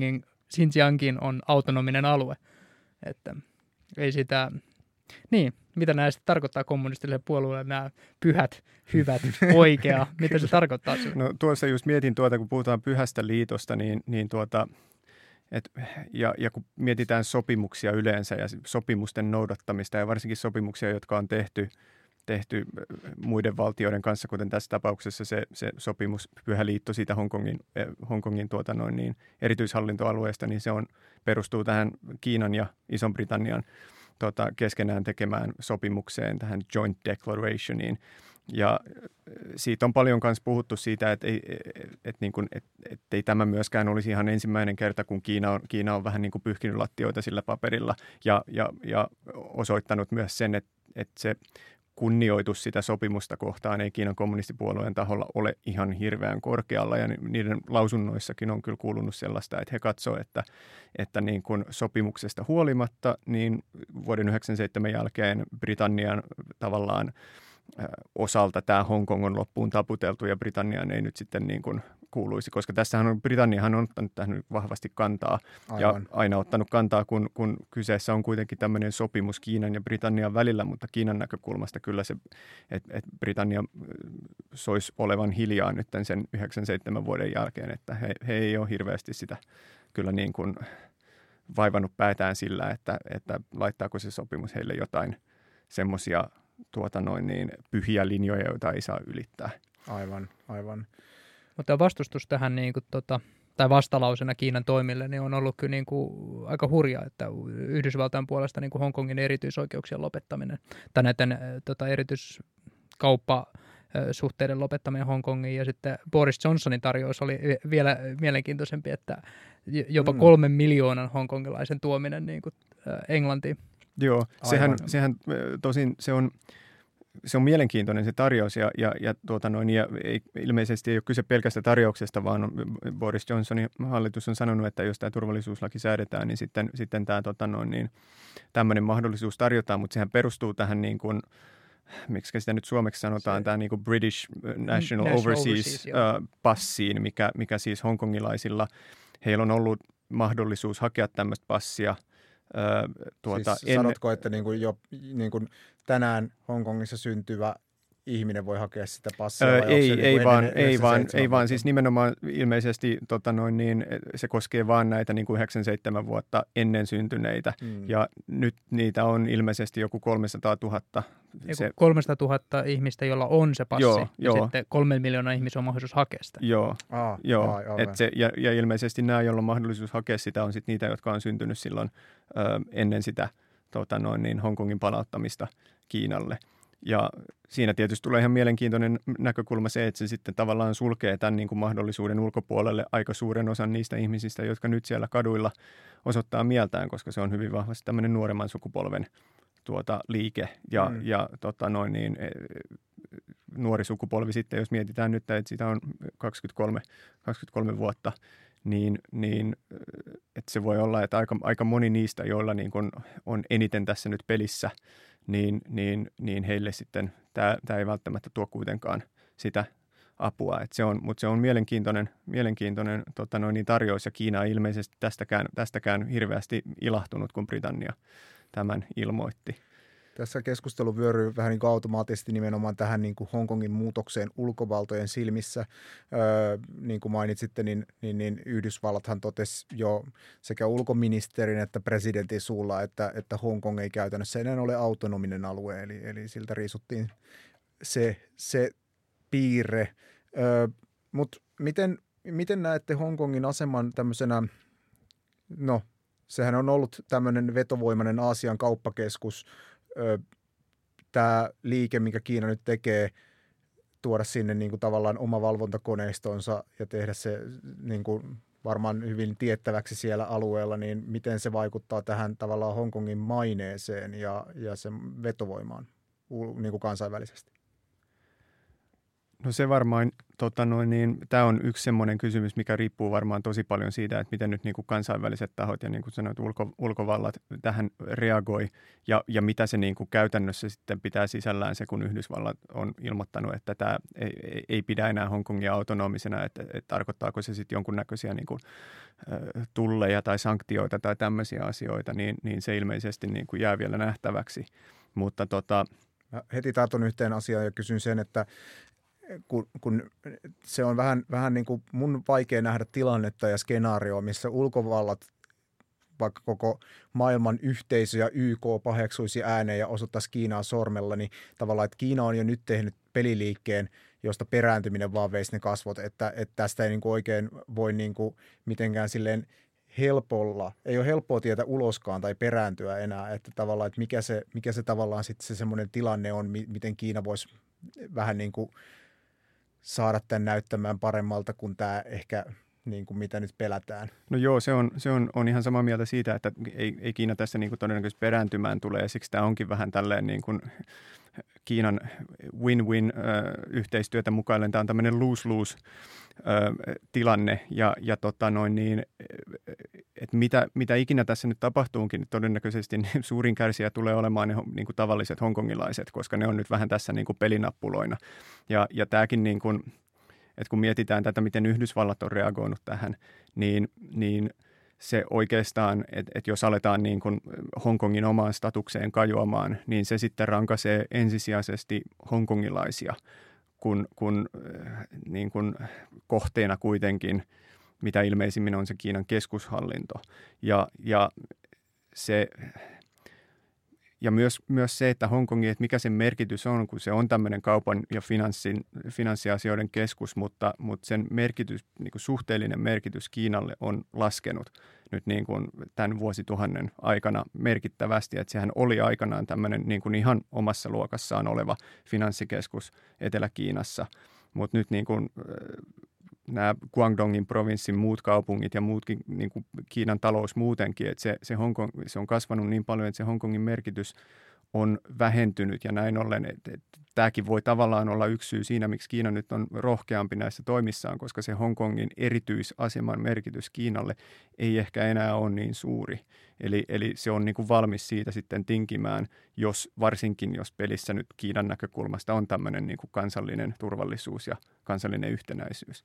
S5: Xinjiangin on autonominen alue. Että ei sitä, niin, mitä nämä sitten tarkoittaa kommunistiselle puolueelle, nämä pyhät, hyvät, oikea, mitä se tarkoittaa sille?
S4: No tuossa just mietin tuota, kun puhutaan pyhästä liitosta, niin, niin tuota, et, ja, ja kun mietitään sopimuksia yleensä ja sopimusten noudattamista ja varsinkin sopimuksia, jotka on tehty, tehty muiden valtioiden kanssa, kuten tässä tapauksessa se, se sopimus, Pyhä liitto siitä Hongkongin, eh, Hongkongin tuota noin niin, erityishallintoalueesta, niin se on, perustuu tähän Kiinan ja Ison-Britannian tota, keskenään tekemään sopimukseen, tähän Joint Declarationiin. Ja siitä on paljon myös puhuttu siitä, että ei, et, niin kuin, et, et ei tämä myöskään olisi ihan ensimmäinen kerta, kun Kiina on, Kiina on vähän niin kuin pyyhkinyt lattioita sillä paperilla ja, ja, ja osoittanut myös sen, että, että se kunnioitus sitä sopimusta kohtaan ei Kiinan kommunistipuolueen taholla ole ihan hirveän korkealla ja niiden lausunnoissakin on kyllä kuulunut sellaista, että he katsoo, että, että niin kuin sopimuksesta huolimatta niin vuoden yhdeksänkymmentäseitsemän jälkeen Britannian tavallaan osalta tämä Hongkong on loppuun taputeltu ja Britanniaan ei nyt sitten niin kuin kuuluisi, koska tässähän on, Britanniahan on ottanut tähän vahvasti kantaa. Aivan. Ja aina ottanut kantaa, kun, kun kyseessä on kuitenkin tämmöinen sopimus Kiinan ja Britannian välillä, mutta Kiinan näkökulmasta kyllä se, että et Britannia soisi olevan hiljaa nyt sen yhdeksänkymmentäseitsemän vuoden jälkeen, että he, he ei ole hirveästi sitä kyllä niin kuin vaivannut päätään sillä, että, että laittaako se sopimus heille jotain semmoisia tuota noin niin pyhiä linjoja, joita ei saa ylittää.
S3: Aivan, aivan.
S5: Mutta vastustus tähän niin kuin, tota, tai vastalausena Kiinan toimille niin on ollut kyllä niin kuin aika hurjaa, että Yhdysvaltain puolesta niin kuin Hongkongin erityisoikeuksien lopettaminen tai näiden tota, erityiskauppasuhteiden lopettaminen Hongkongiin ja sitten Boris Johnsonin tarjous oli vielä mielenkiintoisempi, että jopa mm. kolmen miljoonan hongkongilaisen tuominen niin kuin, äh, Englantiin.
S4: Joo, sehän, sehän tosin se on, se on mielenkiintoinen se tarjous ja, ja, ja, tuota noin, ja ei, ilmeisesti ei ole kyse pelkästä tarjouksesta, vaan Boris Johnsonin hallitus on sanonut, että jos tämä turvallisuuslaki säädetään, niin sitten, sitten tämä tota noin, niin, tämmöinen mahdollisuus tarjotaan, mutta sehän perustuu tähän niin kuin, miksi sitä nyt suomeksi sanotaan, se, tämä niin kuin British National, National Overseas, Overseas uh, passiin, mikä, mikä siis hongkongilaisilla, heillä on ollut mahdollisuus hakea tämmöistä passia. Öö, tuota,
S3: siis sanotko, että niin kuin jo niin kuin tänään Hongkongissa syntyvä ihminen voi hakea sitä passia?
S4: Öö, ei, ei, niin vaan, ei, vaan, ei vaan, siis nimenomaan ilmeisesti tota noin niin, se koskee vaan näitä niin kuin yhdeksänkymmentäseitsemän vuotta ennen syntyneitä mm. ja nyt niitä on ilmeisesti joku kolmesataatuhatta. Se,
S5: kolmesataatuhatta ihmistä, jolla on se passi
S4: joo,
S5: ja
S4: joo.
S5: sitten kolmen miljoonaa ihmistä on mahdollisuus hakea sitä.
S4: Joo,
S3: ah,
S4: joo.
S3: Ai,
S4: Et se, ja, ja ilmeisesti nämä, joilla on mahdollisuus hakea sitä, on sitten niitä, jotka on syntynyt silloin ö, ennen sitä tota noin, niin Hongkongin palauttamista Kiinalle. Ja siinä tietysti tulee ihan mielenkiintoinen näkökulma se, että se sitten tavallaan sulkee tämän niin kuin mahdollisuuden ulkopuolelle aika suuren osan niistä ihmisistä, jotka nyt siellä kaduilla osoittaa mieltään, koska se on hyvin vahvasti tämmöinen nuoremman sukupolven tuota, liike. Ja, mm. ja tota noin niin, nuori sukupolvi sitten, jos mietitään nyt, että sitä on kaksikymmentäkolme, kaksikymmentäkolme vuotta, niin, niin että se voi olla, että aika, aika moni niistä, joilla niin kuin on eniten tässä nyt pelissä, niin, niin, niin heille sitten tämä, tämä ei välttämättä tuo kuitenkaan sitä apua. Et se on, mutta se on mielenkiintoinen, mielenkiintoinen tota noin, niin tarjous, ja Kiina ei ilmeisesti tästäkään, tästäkään hirveästi ilahtunut, kun Britannia tämän ilmoitti.
S3: Tässä keskustelu vyöryy vähän niin kuin automaattisesti nimenomaan tähän niin kuin Hongkongin muutokseen ulkovaltojen silmissä. Öö, niin kuin mainitsitte, niin, niin, niin Yhdysvallathan totesi jo sekä ulkoministerin että presidentin suulla, että, että Hongkong ei käytännössä enää ole autonominen alue, eli, eli siltä riisuttiin se, se piirre. Öö, Mutta miten, miten näette Hongkongin aseman tämmöisenä, no sehän on ollut tämmöinen vetovoimainen Aasian kauppakeskus, tämä liike, mikä Kiina nyt tekee, tuoda sinne niin kuin tavallaan oma valvontakoneistonsa ja tehdä se niin kuin varmaan hyvin tiettäväksi siellä alueella, niin miten se vaikuttaa tähän tavallaan Hongkongin maineeseen ja, ja sen vetovoimaan niin kuin kansainvälisesti?
S4: No se varmaan, tota noin, niin, tämä on yksi semmoinen kysymys, mikä riippuu varmaan tosi paljon siitä, että miten nyt niin kuin kansainväliset tahot ja niin kuin sanoit, ulko, ulkovallat tähän reagoi ja, ja mitä se niin kuin käytännössä sitten pitää sisällään se, kun Yhdysvallat on ilmoittanut, että tämä ei, ei, ei pidä enää Hongkongia autonomisena, että, että tarkoittaako se sitten jonkunnäköisiä niin kuin, äh, tulleja tai sanktioita tai tämmöisiä asioita, niin, niin se ilmeisesti niin kuin jää vielä nähtäväksi, mutta tota...
S3: Mä heti tartun yhteen asiaan ja kysyn sen, että Kun, kun se on vähän, vähän niin kuin mun vaikea nähdä tilannetta ja skenaarioa, missä ulkovallat, vaikka koko maailman yhteisö ja Y K paheksuisi ääneen ja osoittaisi Kiinaa sormella, niin tavallaan, että Kiina on jo nyt tehnyt peliliikkeen, josta perääntyminen vaan veisi ne kasvot, että, että tästä ei niin kuin oikein voi niin kuin mitenkään silleen helpolla, ei ole helppoa tietä uloskaan tai perääntyä enää, että tavallaan, että mikä se, mikä se tavallaan sitten se semmoinen tilanne on, miten Kiina voisi vähän niin kuin saada tämän näyttämään paremmalta kuin tämä ehkä, niin kuin mitä nyt pelätään.
S4: No joo, se on, se on, on ihan samaa mieltä siitä, että ei, ei Kiina tässä niin kuin todennäköisesti perääntymään tule, ja siksi tämä onkin vähän tälleen niin kuin Kiinan win-win-yhteistyötä mukaillen. Tämä on tämmöinen lose-lose-tilanne, ja, ja tota noin niin, että mitä, mitä ikinä tässä nyt tapahtuukin, niin todennäköisesti niin suurin kärsijä tulee olemaan ne niin kuin tavalliset hongkongilaiset, koska ne on nyt vähän tässä niin kuin pelinappuloina. Ja, ja tämäkin, niin kuin, että kun mietitään tätä, miten Yhdysvallat on reagoinut tähän, niin, niin se oikeastaan, että, että jos aletaan niin kuin Hongkongin omaan statukseen kajoamaan, niin se sitten rankaisee ensisijaisesti hongkongilaisia, kun, kun niin kuin kohteena kuitenkin, mitä ilmeisimmin on se Kiinan keskushallinto. Ja, ja, se, ja myös, myös se, että Hongkongin, että mikä sen merkitys on, kun se on tämmöinen kaupan ja finanssin, finanssiasioiden keskus, mutta, mutta sen merkitys, niin kuin suhteellinen merkitys Kiinalle on laskenut nyt niin kuin tämän vuosituhannen aikana merkittävästi, että sehän oli aikanaan tämmöinen niin kuin ihan omassa luokassaan oleva finanssikeskus Etelä-Kiinassa, mutta nyt niin kuin nämä Guangdongin provinssin muut kaupungit ja muutkin niin kuin Kiinan talous muutenkin, että se, se, Hongkong, se on kasvanut niin paljon, että se Hongkongin merkitys on vähentynyt ja näin ollen, että, että tämäkin voi tavallaan olla yksi syy siinä, miksi Kiina nyt on rohkeampi näissä toimissaan, koska se Hongkongin erityisaseman merkitys Kiinalle ei ehkä enää ole niin suuri. Eli, eli se on niin kuin valmis siitä sitten tinkimään, jos varsinkin jos pelissä nyt Kiinan näkökulmasta on tämmöinen niin kuin kansallinen turvallisuus ja kansallinen yhtenäisyys.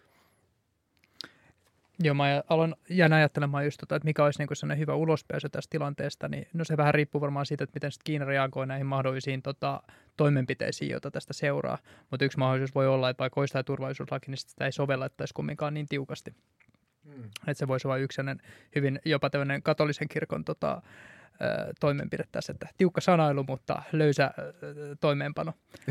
S5: Joo, mä aloin jään ajattelemaan just tota, että mikä olisi niin sellainen hyvä ulospääsy tästä tilanteesta, niin no se vähän riippuu varmaan siitä, että miten Kiina reagoi näihin mahdollisiin tota, toimenpiteisiin, joita tästä seuraa. Mutta yksi mahdollisuus voi olla, että vaikka olisi tämä turvallisuuslaki, niin sitä ei sovellettaisi kumminkaan niin tiukasti. Mm. Että se voisi olla yksi hyvin jopa tämmöinen katolisen kirkon tota, toimenpide tässä, että tiukka sanailu, mutta löysä toimeenpano.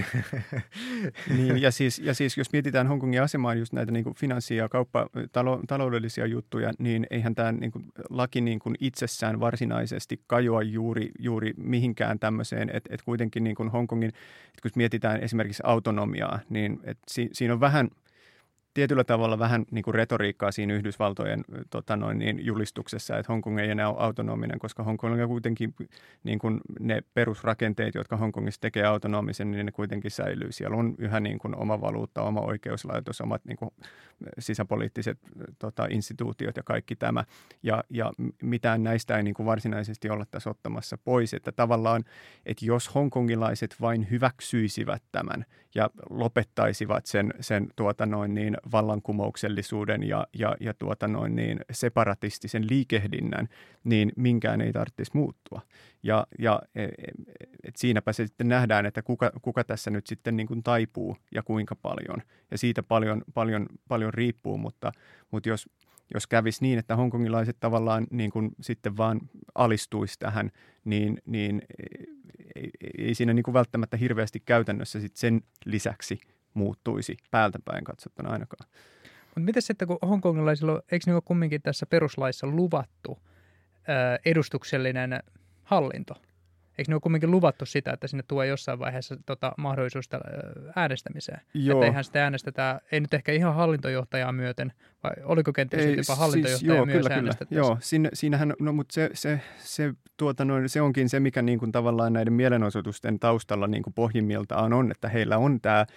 S4: Niin, ja, siis, ja siis jos mietitään Hongkongin asemaa just näitä niin kuin finanssi- ja kauppa, talo, taloudellisia juttuja, niin eihän tämä niin kuin, laki niin kuin itsessään varsinaisesti kajoa juuri, juuri mihinkään tämmöiseen, että et kuitenkin niin kuin Hongkongin, että kun mietitään esimerkiksi autonomiaa, niin et si, siinä on vähän tietyllä tavalla vähän niin kuin retoriikkaa siinä Yhdysvaltojen tota noin, niin julistuksessa, että Hongkong ei enää ole autonominen, koska Hongkong on kuitenkin niin kuin ne perusrakenteet, jotka Hongkongissa tekee autonomisen, niin ne kuitenkin säilyy. Siellä on yhä niin kuin oma valuutta, oma oikeuslaitos, omat niin kuin sisäpoliittiset tota, instituutiot ja kaikki tämä. Ja, ja mitään näistä ei niin kuin varsinaisesti olla tässä ottamassa pois. Että tavallaan, että jos hongkongilaiset vain hyväksyisivät tämän ja lopettaisivat sen, sen tuota noin niin vallankumouksellisuuden ja, ja, ja tuota noin niin separatistisen liikehdinnän, niin minkään ei tarvitsisi muuttua. Ja, ja et siinäpä se sitten nähdään, että kuka, kuka tässä nyt sitten niin kuin taipuu ja kuinka paljon. Ja siitä paljon, paljon, paljon riippuu, mutta, mutta jos, jos kävisi niin, että hongkongilaiset tavallaan niin kuin sitten vaan alistuisi tähän, niin, niin ei, ei siinä niin kuin välttämättä hirveästi käytännössä sitten sen lisäksi muuttuisi päältä päin katsottuna ainakaan.
S5: Mutta miten sitten, kun hongkongilaisilla, eikö ne ole kumminkin tässä peruslaissa luvattu ää, edustuksellinen hallinto? Eikö ne ole kumminkin luvattu sitä, että sinne tulee jossain vaiheessa tota, mahdollisuus äänestämiseen?
S4: Joo.
S5: Että eihän sitä äänestetä, ei nyt ehkä ihan hallintojohtajaa myöten, Vai oliko kenties
S4: Ei,
S5: jopa hallintojohtaja
S4: siis, joo,
S5: myös
S4: kyllä,
S5: äänestettäessä?
S4: Joo, siinä, siinähän, no mutta se, se, se, tuota, no, se onkin se, mikä niin kuin tavallaan näiden mielenosoitusten taustalla niin kuin pohjimmiltaan on, että heillä on tämä,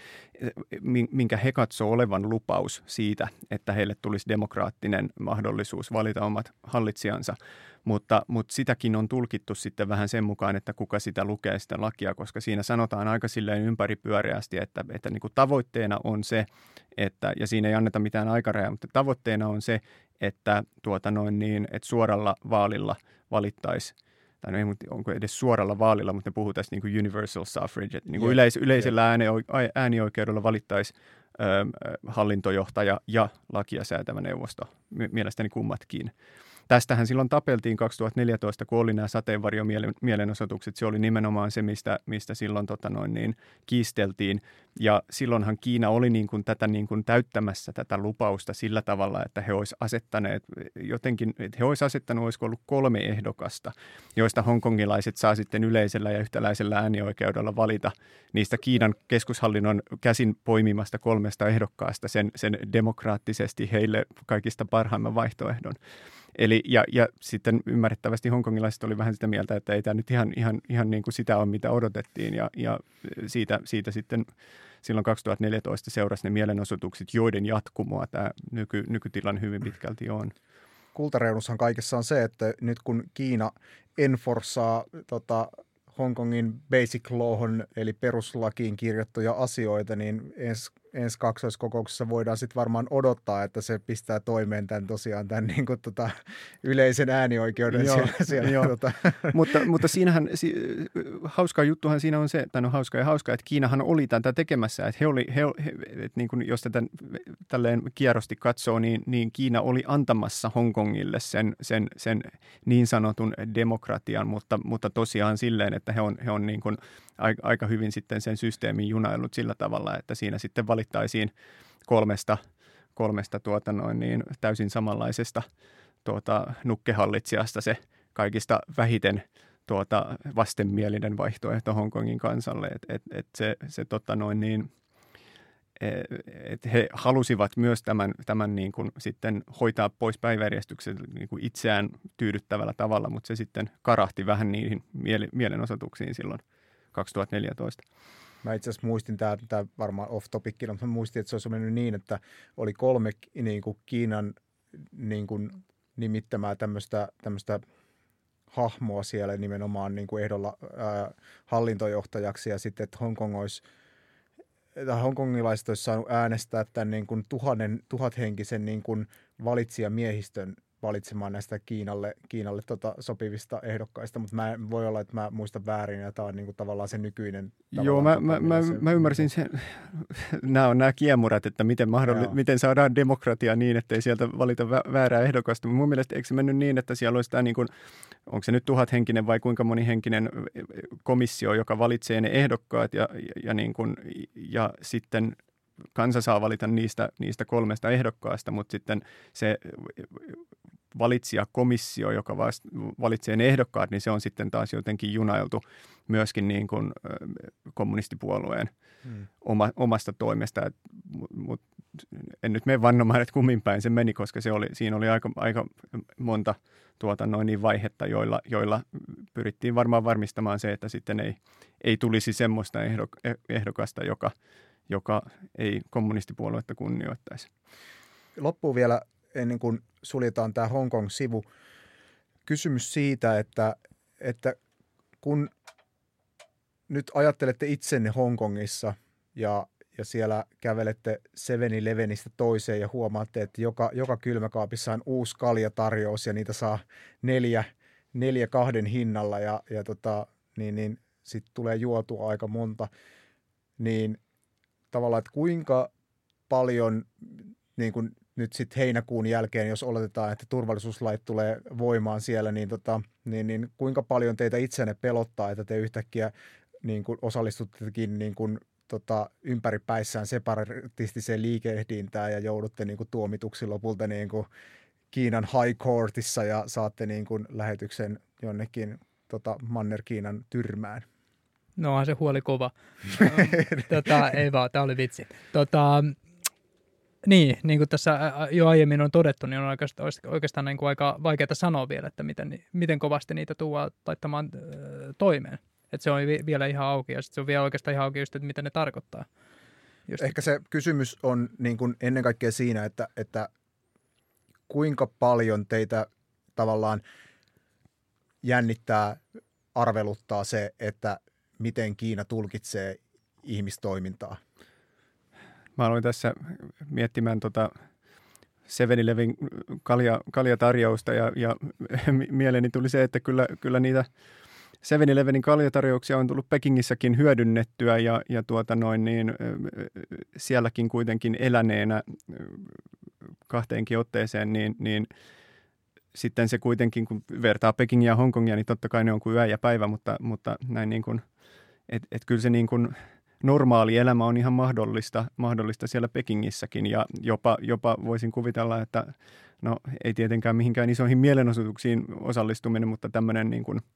S4: minkä he katsoo olevan lupaus siitä, että heille tulisi demokraattinen mahdollisuus valita omat hallitsijansa. Mutta, mutta sitäkin on tulkittu sitten vähän sen mukaan, että kuka sitä lukee sitä lakia, koska siinä sanotaan aika silleen ympäripyöreästi, että, että niin kuin tavoitteena on se, että, ja siinä ei anneta mitään aikarajaa, mutta tavoitteena on se, että, tuota noin niin, että suoralla vaalilla valittaisi, tai no ei, onko edes suoralla vaalilla, mutta ne puhuu tästä niin kuin universal suffrage, että niin kuin yleis, yleisellä äänioikeudella valittaisi ö, hallintojohtaja ja lakia säätävä neuvosto, mielestäni kummatkin. Tästähän silloin tapeltiin kaksituhattaneljätoista, kun oli nämä sateenvarjomielenosoitukset. Se oli nimenomaan se, mistä, mistä silloin tota noin, niin, kiisteltiin. Ja silloinhan Kiina oli niin kuin tätä niin kuin täyttämässä tätä lupausta sillä tavalla, että he olisivat asettaneet jotenkin, että he olisivat asettanut, olisiko ollut kolme ehdokasta, joista hongkongilaiset saa sitten yleisellä ja yhtäläisellä äänioikeudella valita niistä Kiinan keskushallinnon käsin poimimasta kolmesta ehdokkaasta sen, sen demokraattisesti heille kaikista parhaimman vaihtoehdon. Eli, ja, ja sitten ymmärrettävästi hongkongilaiset oli vähän sitä mieltä, että ei tämä nyt ihan, ihan, ihan niin kuin sitä ole, mitä odotettiin. Ja, ja siitä, siitä sitten silloin kaksituhattaneljätoista seurasi ne mielenosoitukset, joiden jatkumoa tämä nyky, nykytilan hyvin pitkälti on.
S3: Kultareunushan kaikessa on se, että nyt kun Kiina enforsaa tota, Hongkongin basic lawhon, eli peruslakiin kirjattuja asioita, niin ens, ensi kaksoiskokouksessa voidaan sitten varmaan odottaa, että se pistää toimeen tämän tosiaan tämän niin kuin, tota, yleisen äänioikeuden
S4: joo,
S3: siellä. siellä
S4: joo.
S3: Tota.
S4: mutta, mutta siinähän, si, hauska juttuhan siinä on se, tai no hauska ja hauska, että Kiinahan oli tätä tekemässä, että he oli, he, he, että niin kuin, jos tätä tälleen kierrosti katsoo, niin, niin Kiina oli antamassa Hongkongille sen, sen, sen niin sanotun demokratian, mutta, mutta tosiaan silleen, että he on, he on niin kuin aika hyvin sitten sen systeemin junaillut sillä tavalla, että siinä sitten valittaisiin kolmesta, kolmesta tuota noin niin täysin samanlaisesta tuota nukkehallitsijasta se kaikista vähiten tuota vastenmielinen vaihtoehto Hongkongin kansalle, että et, et se, se tota noin niin, että he halusivat myös tämän, tämän niin kuin sitten hoitaa pois päiväjärjestyksen niin kuin itseään tyydyttävällä tavalla, mutta se sitten karahti vähän niihin mielenosoituksiin silloin kaksituhattaneljätoista.
S3: Mä itse asiassa muistin, tämä, tämä varmaan off-topicina, mutta mä muistin, että se olisi mennyt niin, että oli kolme niin kuin Kiinan niin kuin nimittämää tämmöistä, tämmöistä hahmoa siellä nimenomaan niin kuin ehdolla ää, hallintojohtajaksi ja sitten, että Hongkong olisi hongkongilaiset olisi saanut äänestää tämän niin kuin tuhannen, tuhathenkisen niin kuin valitsijamiehistön valitsemaan näistä Kiinalle, Kiinalle tota sopivista ehdokkaista, mutta mä en, voi olla, että mä muistan väärin ja tämä on niin kuin tavallaan se nykyinen.
S4: Joo, mä, mä, mä, se, mä ymmärsin sen. Nämä on nämä kiemurat, että miten, mahdolli- miten saadaan demokratia niin, ettei sieltä valita väärää ehdokasta. Mun mielestä eikö se mennyt niin, että siellä olisi tämä, niin kuin, onko se nyt tuhathenkinen vai kuinka monihenkinen komissio, joka valitsee ne ehdokkaat ja, ja, ja, niin kuin, ja sitten kansa saa valita niistä, niistä kolmesta ehdokkaasta, mutta sitten se valitsijakomissio, joka valitsee ne ehdokkaat, niin se on sitten taas jotenkin junailtu myöskin niin kuin kommunistipuolueen hmm. oma, omasta toimesta. Et, mut, en nyt mene vannomaan, että kummin päin se meni, koska se oli, siinä oli aika, aika monta tuota, noin niin vaihetta, joilla, joilla pyrittiin varmaan varmistamaan se, että sitten ei, ei tulisi semmoista ehdok, ehdokasta, joka, joka ei kommunistipuoluetta kunnioittaisi.
S3: Loppuun vielä, ennen kuin suljetaan tämä Hongkong-sivu, kysymys siitä, että, että kun nyt ajattelette itsenne Hongkongissa ja, ja siellä kävelette seven elevenistä toiseen ja huomaatte, että joka, joka kylmäkaapissa on uusi kaljatarjous ja niitä saa neljä, neljä kahden hinnalla ja, ja tota, niin, niin sitten tulee juotua aika monta, niin tavallaan, että kuinka paljon niin kuin nyt sitten heinäkuun jälkeen, jos oletetaan, että turvallisuuslait tulee voimaan siellä, niin, tota, niin, niin kuinka paljon teitä itsenne pelottaa, että te yhtäkkiä niin kuin osallistuttekin niin kuin, tota, ympäripäissään separatistiseen liikehdintään ja joudutte niin kuin tuomituksi lopulta niin kuin Kiinan High Courtissa ja saatte niin kuin lähetyksen jonnekin tota, Manner-Kiinan tyrmään.
S5: No onhan se huoli kova. tota, ei vaan, tämä oli vitsi. Tota, Niin, niin kuin tässä jo aiemmin on todettu, niin on oikeastaan, oikeastaan niin kuin aika vaikeaa sanoa vielä, että miten, miten kovasti niitä tuodaan laittamaan toimeen. Että se on vielä ihan auki ja se on vielä oikeastaan ihan auki just, että mitä ne tarkoittaa. Just
S3: Ehkä se kysymys on niin kuin ennen kaikkea siinä, että, että kuinka paljon teitä tavallaan jännittää, arveluttaa se, että miten Kiina tulkitsee ihmistoimintaa.
S4: Mä aloin tässä miettimään tota seven eleven kalja, kaljatarjousta ja, ja mieleeni tuli se, että kyllä, kyllä niitä seven elevenin kaljatarjouksia on tullut Pekingissäkin hyödynnettyä ja, ja tuota noin niin, sielläkin kuitenkin eläneenä kahteenkin otteeseen, niin, niin sitten se kuitenkin, kun vertaa Pekingiä ja Hongkongia, niin totta kai ne on kuin yö ja päivä, mutta, mutta näin niin kuin, et, et kyllä se niin kuin normaali elämä on ihan mahdollista, mahdollista siellä Pekingissäkin ja jopa, jopa voisin kuvitella, että no ei tietenkään mihinkään isoihin mielenosoituksiin osallistuminen, mutta tämmöinen niin kuin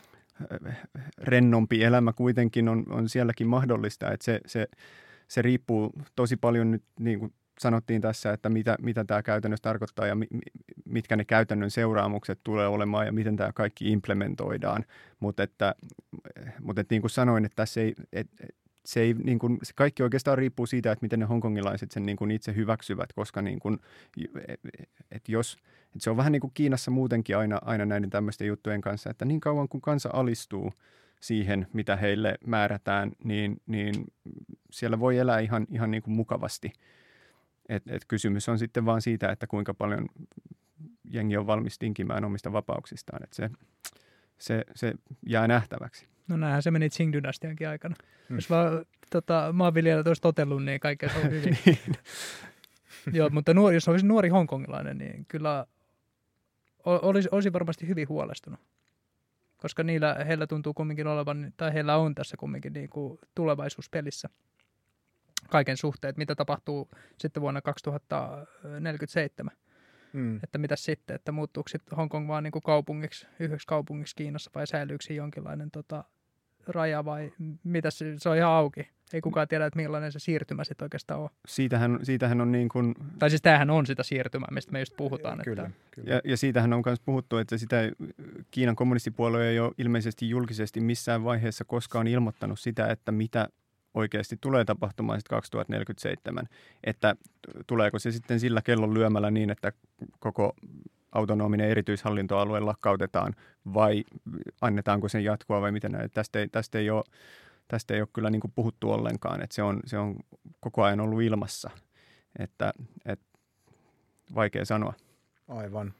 S4: rennompi elämä kuitenkin on, on sielläkin mahdollista, että se, se, se riippuu tosi paljon nyt niin kuin sanottiin tässä, että mitä, mitä tämä käytännössä tarkoittaa ja mi, mitkä ne käytännön seuraamukset tulee olemaan ja miten tämä kaikki implementoidaan, mutta että, mutta että niin kuin sanoin, että tässä ei, et, se, ei, niin kuin, se kaikki oikeastaan riippuu siitä, että miten ne hongkongilaiset sen niin kuin itse hyväksyvät, koska niin kuin, että jos, että se on vähän niin kuin Kiinassa muutenkin aina, aina näiden tämmöisten juttujen kanssa, että niin kauan kuin kansa alistuu siihen, mitä heille määrätään, niin, niin siellä voi elää ihan, ihan niin kuin mukavasti. Et, et kysymys on sitten vaan siitä, että kuinka paljon jengi on valmis tinkimään omista vapauksistaan. Et se, se, se jää nähtäväksi.
S5: No näinhän se meni Qing-dynastiankin aikana. Hmm. Jos vaan tota, maanviljelijät olisi totellut, niin kaikkea se on hyvin.
S4: niin.
S5: Joo, mutta nuori, jos olisi nuori hongkongilainen, niin kyllä olisi, olisi varmasti hyvin huolestunut. Koska niillä, heillä tuntuu kumminkin olevan, tai heillä on tässä kumminkin niin kuin tulevaisuuspelissä kaiken suhteet, mitä tapahtuu sitten vuonna kaksituhattaneljäkymmentäseitsemän. Mm. Että mitä sitten, että muuttuuko sitten Hongkong vaan niin kuin kaupungiksi, yhdeksi kaupungiksi Kiinassa vai säilyykö jonkinlainen tota, raja vai mitä se, se on ihan auki. Ei kukaan tiedä, että millainen se siirtymä sitten oikeastaan on.
S4: Siitähän, siitähän on niin kuin...
S5: Tai siis tämähän on sitä siirtymää, mistä me just puhutaan.
S4: Kyllä,
S5: että...
S4: kyllä. Ja, ja siitähän on myös puhuttu, että sitä Kiinan kommunistipuolue ei ole ilmeisesti julkisesti missään vaiheessa koskaan ilmoittanut sitä, että mitä oikeasti tulee tapahtumaan sitten kaksituhattaneljäkymmentäseitsemän, että tuleeko se sitten sillä kellon lyömällä niin, että koko autonominen erityishallintoalue lakkautetaan vai annetaanko sen jatkua vai miten näin. Tästä ei, tästä ei ole, tästä ei ole kyllä niin kuin puhuttu ollenkaan, että se on, se on koko ajan ollut ilmassa, että, että vaikea sanoa.
S3: Aivan.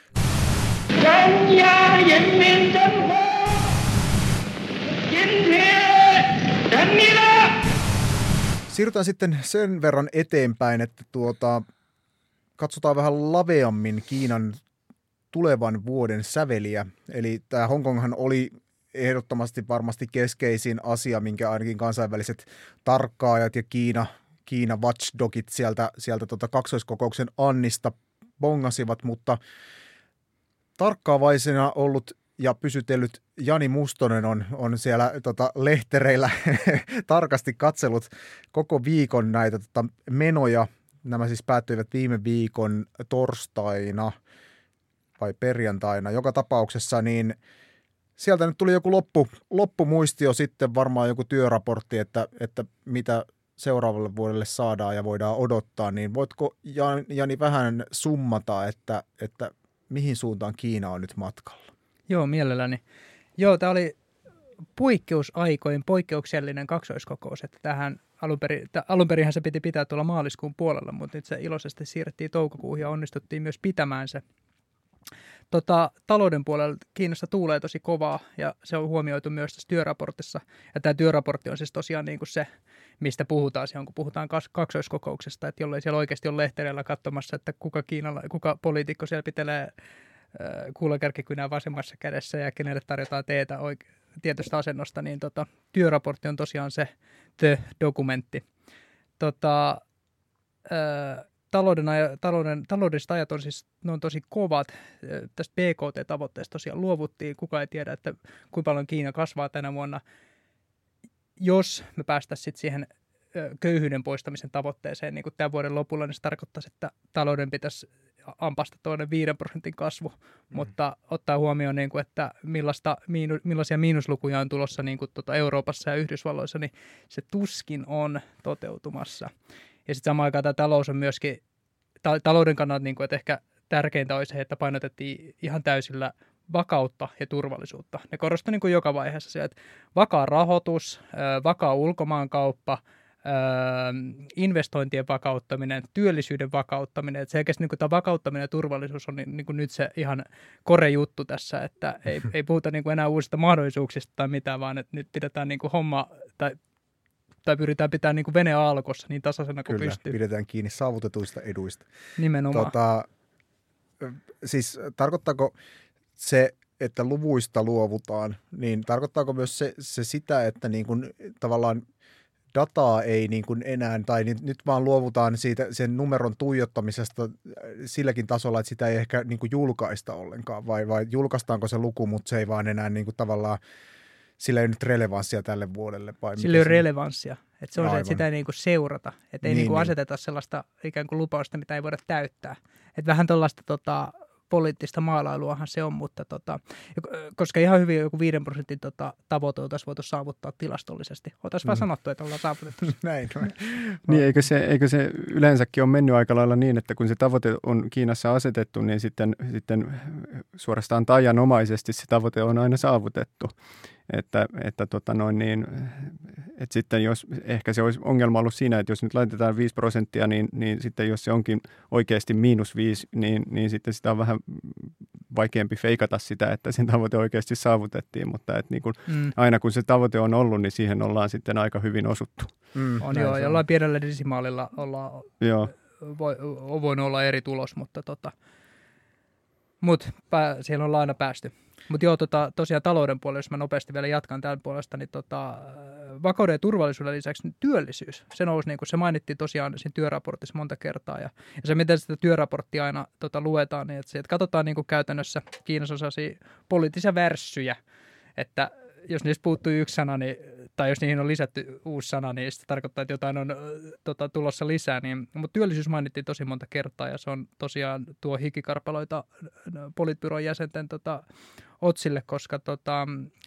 S3: Siirrytään sitten sen verran eteenpäin, että tuota, katsotaan vähän laveammin Kiinan tulevan vuoden säveliä. Eli tämä Hongkonghan oli ehdottomasti varmasti keskeisin asia, minkä ainakin kansainväliset tarkkaajat ja Kiina, Kiina watchdogit sieltä, sieltä tota kaksoiskokouksen Annista bongasivat, mutta tarkkaavaisena ollut ja pysytellyt Jani Mustonen on, on siellä tota, lehtereillä tarkasti katsellut koko viikon näitä tota, menoja. Nämä siis päättyivät viime viikon torstaina vai perjantaina. Joka tapauksessa niin sieltä nyt tuli joku loppu, loppumuistio sitten, varmaan joku työraportti, että, että mitä seuraavalle vuodelle saadaan ja voidaan odottaa. Niin voitko Jani vähän summata, että, että mihin suuntaan Kiina on nyt matkalla?
S5: Joo, mielelläni. Joo, tämä oli poikkeusaikojen poikkeuksellinen kaksoiskokous, että tähän alunperin, alunperinhän se piti pitää tuolla maaliskuun puolella, mutta nyt se iloisesti siirrettiin toukokuuhun ja onnistuttiin myös pitämään se. Tota, talouden puolella Kiinassa tuulee tosi kovaa ja se on huomioitu myös tässä työraportissa. Ja tämä työraportti on siis tosiaan niin kuin se, mistä puhutaan silloin, kun puhutaan kaksoiskokouksesta, että jollei siellä oikeasti ole lehtereillä katsomassa, että kuka, Kiinalla, kuka poliitikko siellä pitelee kuulakärkikynää vasemmassa kädessä ja kenelle tarjotaan teetä oike- tietystä asennosta, niin tota, työraportti on tosiaan se the-dokumentti. Tota, ää, talouden, aja, talouden, taloudelliset ajat on siis ne on tosi kovat. Tästä B K T-tavoitteesta tosiaan luovuttiin. Kukaan ei tiedä, että kuinka paljon Kiina kasvaa tänä vuonna. Jos me päästäisiin sitten siihen köyhyyden poistamisen tavoitteeseen niin kuin tämän vuoden lopulla, niin se tarkoittaisi, että talouden pitäisi ampasta toinen viiden prosentin kasvu, mm. mutta ottaa huomioon, niin kuin, että millaista, miinu, millaisia miinuslukuja on tulossa niin kuin, tuota Euroopassa ja Yhdysvalloissa, niin se tuskin on toteutumassa. Ja sitten samaan aikaan tämä talous on myöskin, ta- talouden kannalta, niin kuin, että ehkä tärkeintä olisi se, että painotettiin ihan täysillä vakautta ja turvallisuutta. Ne korostui niin kuin joka vaiheessa se, että vakaa rahoitus, vakaa ulkomaankauppa, investointien vakauttaminen, työllisyyden vakauttaminen. Että selkeästi niin kuin tämä vakauttaminen ja turvallisuus on niin, niin kuin nyt se ihan kore juttu tässä, että ei, ei puhuta niin kuin enää uusista mahdollisuuksista tai mitään, vaan että nyt pidetään niin kuin homma tai tai pyritään pitämään niin kuin vene aallokossa niin tasaisena kuin
S3: Kyllä,
S5: pystyy.
S3: pidetään kiinni saavutetuista eduista.
S5: Nimenomaan.
S3: Tota, siis tarkoittaako se, että luvuista luovutaan, niin tarkoittaako myös se, se sitä, että niin kuin tavallaan dataa ei niin kuin enää, tai nyt vaan luovutaan siitä sen numeron tuijottamisesta silläkin tasolla, että sitä ei ehkä niin kuin julkaista ollenkaan, vai, vai julkaistaanko se luku, mutta se ei vaan enää niin kuin tavallaan, sillä ei nyt relevanssia tälle vuodelle? Vai
S5: sillä ei ole relevanssia. Että se on se, että sitä ei niin kuin seurata. Että ei
S3: niin,
S5: niin kuin
S3: niin.
S5: aseteta sellaista ikään kuin lupausta, mitä ei voida täyttää. Että vähän tuollaista tota, poliittista maalailuahan se on, mutta tota, koska ihan hyvin joku viiden prosentin tota, tavoite oltaisiin voitu saavuttaa tilastollisesti. Oltaisiin mm. vaan sanottu, että ollaan saavutettu.
S3: Näin.
S4: Niin, eikö se, eikö se yleensäkin ole mennyt aika lailla niin, että kun se tavoite on Kiinassa asetettu, niin sitten, sitten suorastaan taianomaisesti se tavoite on aina saavutettu. Että, että, tota noin niin, että sitten jos, ehkä se olisi ongelma ollut siinä, että jos nyt laitetaan viisi prosenttia, niin, niin sitten jos se onkin oikeasti miinus viisi, niin, niin sitten sitä on vähän vaikeampi feikata sitä, että sen tavoite oikeasti saavutettiin, mutta että niin kuin mm. aina kun se tavoite on ollut, niin siihen ollaan sitten aika hyvin osuttu.
S5: Mm, on joo, jollain pienellä desimaalilla ollaan,
S4: joo.
S5: Voi, on voinut olla eri tulos, mutta tota, mut, pää, siellä ollaan aina päästy. Mutta joo, tota, tosiaan talouden puolella, jos mä nopeasti vielä jatkan tämän puolesta, niin tota, vakauden ja turvallisuuden lisäksi niin työllisyys. Se nousi, niin kuin se mainittiin tosiaan siinä työraportissa monta kertaa. Ja, ja se, miten sitä työraporttia aina tota, luetaan, niin että, että katsotaan niin kuin käytännössä Kiinassa osaisia poliittisia värssyjä, että jos niistä puuttuu yksi sana, niin, tai jos niihin on lisätty uusi sana, niin se tarkoittaa, että jotain on tota, tulossa lisää. Niin, mutta työllisyys mainittiin tosi monta kertaa, ja se on tosiaan tuo hikikarpaloita politbyron jäsenten tota, otsille, koska tota,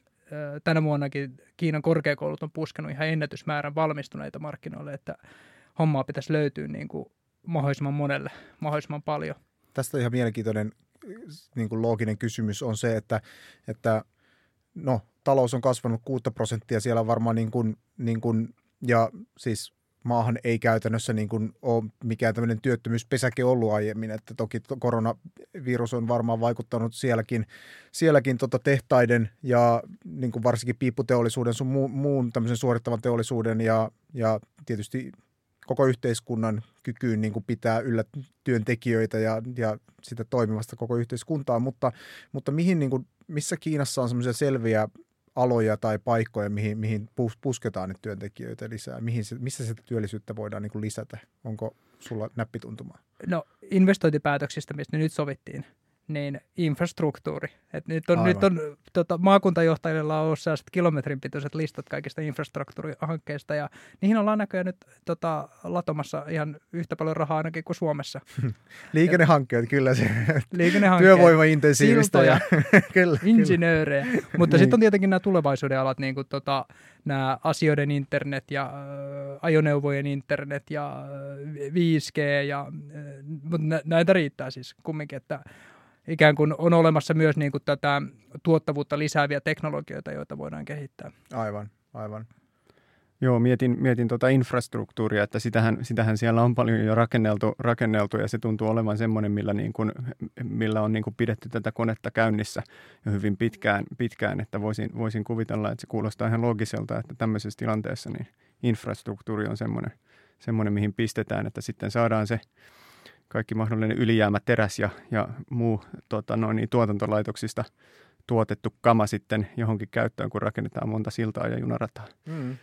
S5: tänä vuonnakin Kiinan korkeakoulut on puskenut ihan ennätysmäärän valmistuneita markkinoille, että hommaa pitäisi löytyä niin kuin mahdollisimman monelle, mahdollisimman paljon.
S3: Tästä ihan mielenkiintoinen niin kuin looginen kysymys on se, että, että no, talous on kasvanut kuusi prosenttia, siellä on varmaan niin kuin, niin kuin, ja siis maahan ei käytännössä niin kuin ole mikään tämmöinen työttömyyspesäke ollut aiemmin, että toki koronavirus on varmaan vaikuttanut sielläkin, sielläkin tota tehtaiden ja niin kuin varsinkin piipputeollisuuden sun muun, muun tämmöisen suorittavan teollisuuden ja, ja tietysti koko yhteiskunnan kykyyn niin kuin pitää yllä työntekijöitä ja, ja sitä toimivasta koko yhteiskuntaa, mutta, mutta mihin, niin kuin, missä Kiinassa on semmoisia selviä aloja tai paikkoja, mihin, mihin pusketaan nyt työntekijöitä lisää? Mihin se, missä sitä työllisyyttä voidaan niin kuin lisätä? Onko sulla näppituntumaa?
S5: No investointipäätöksistä, mistä nyt sovittiin, niin infrastruktuuri. Et nyt on, nyt on tota, maakuntajohtajilla on ollut sellaiset kilometrin pituiset listat kaikista infrastruktuurihankkeista, ja niihin ollaan näköjään nyt tota, latomassa ihan yhtä paljon rahaa ainakin kuin Suomessa.
S3: Liikennehankkeet, kyllä se.
S5: Liikennehankkeet.
S3: Työvoimaintensiivistä. Ja, kyllä,
S5: insinöörejä. Kyllä. Mutta niin. Sitten on tietenkin nämä tulevaisuuden alat, niin kuin tota, nämä asioiden internet ja äh, ajoneuvojen internet ja äh, viisi G, ja, äh, mutta nä- näitä riittää siis kumminkin, että ikään kuin on olemassa myös niin kuin tätä tuottavuutta lisääviä teknologioita, joita voidaan kehittää.
S3: Aivan, aivan.
S4: Joo, mietin, mietin tuota infrastruktuuria, että sitähän, sitähän siellä on paljon jo rakenneltu, rakenneltu ja se tuntuu olevan semmoinen, millä, niin kuin, millä on niin kuin pidetty tätä konetta käynnissä jo hyvin pitkään, pitkään, että voisin, voisin kuvitella, että se kuulostaa ihan loogiselta, että tämmöisessä tilanteessa niin infrastruktuuri on semmoinen, semmoinen, mihin pistetään, että sitten saadaan se kaikki mahdollinen ylijäämä teräs ja, ja muu tota, noin, niin tuotantolaitoksista tuotettu kama sitten johonkin käyttöön, kun rakennetaan monta siltaa ja junarataa.
S3: Mm.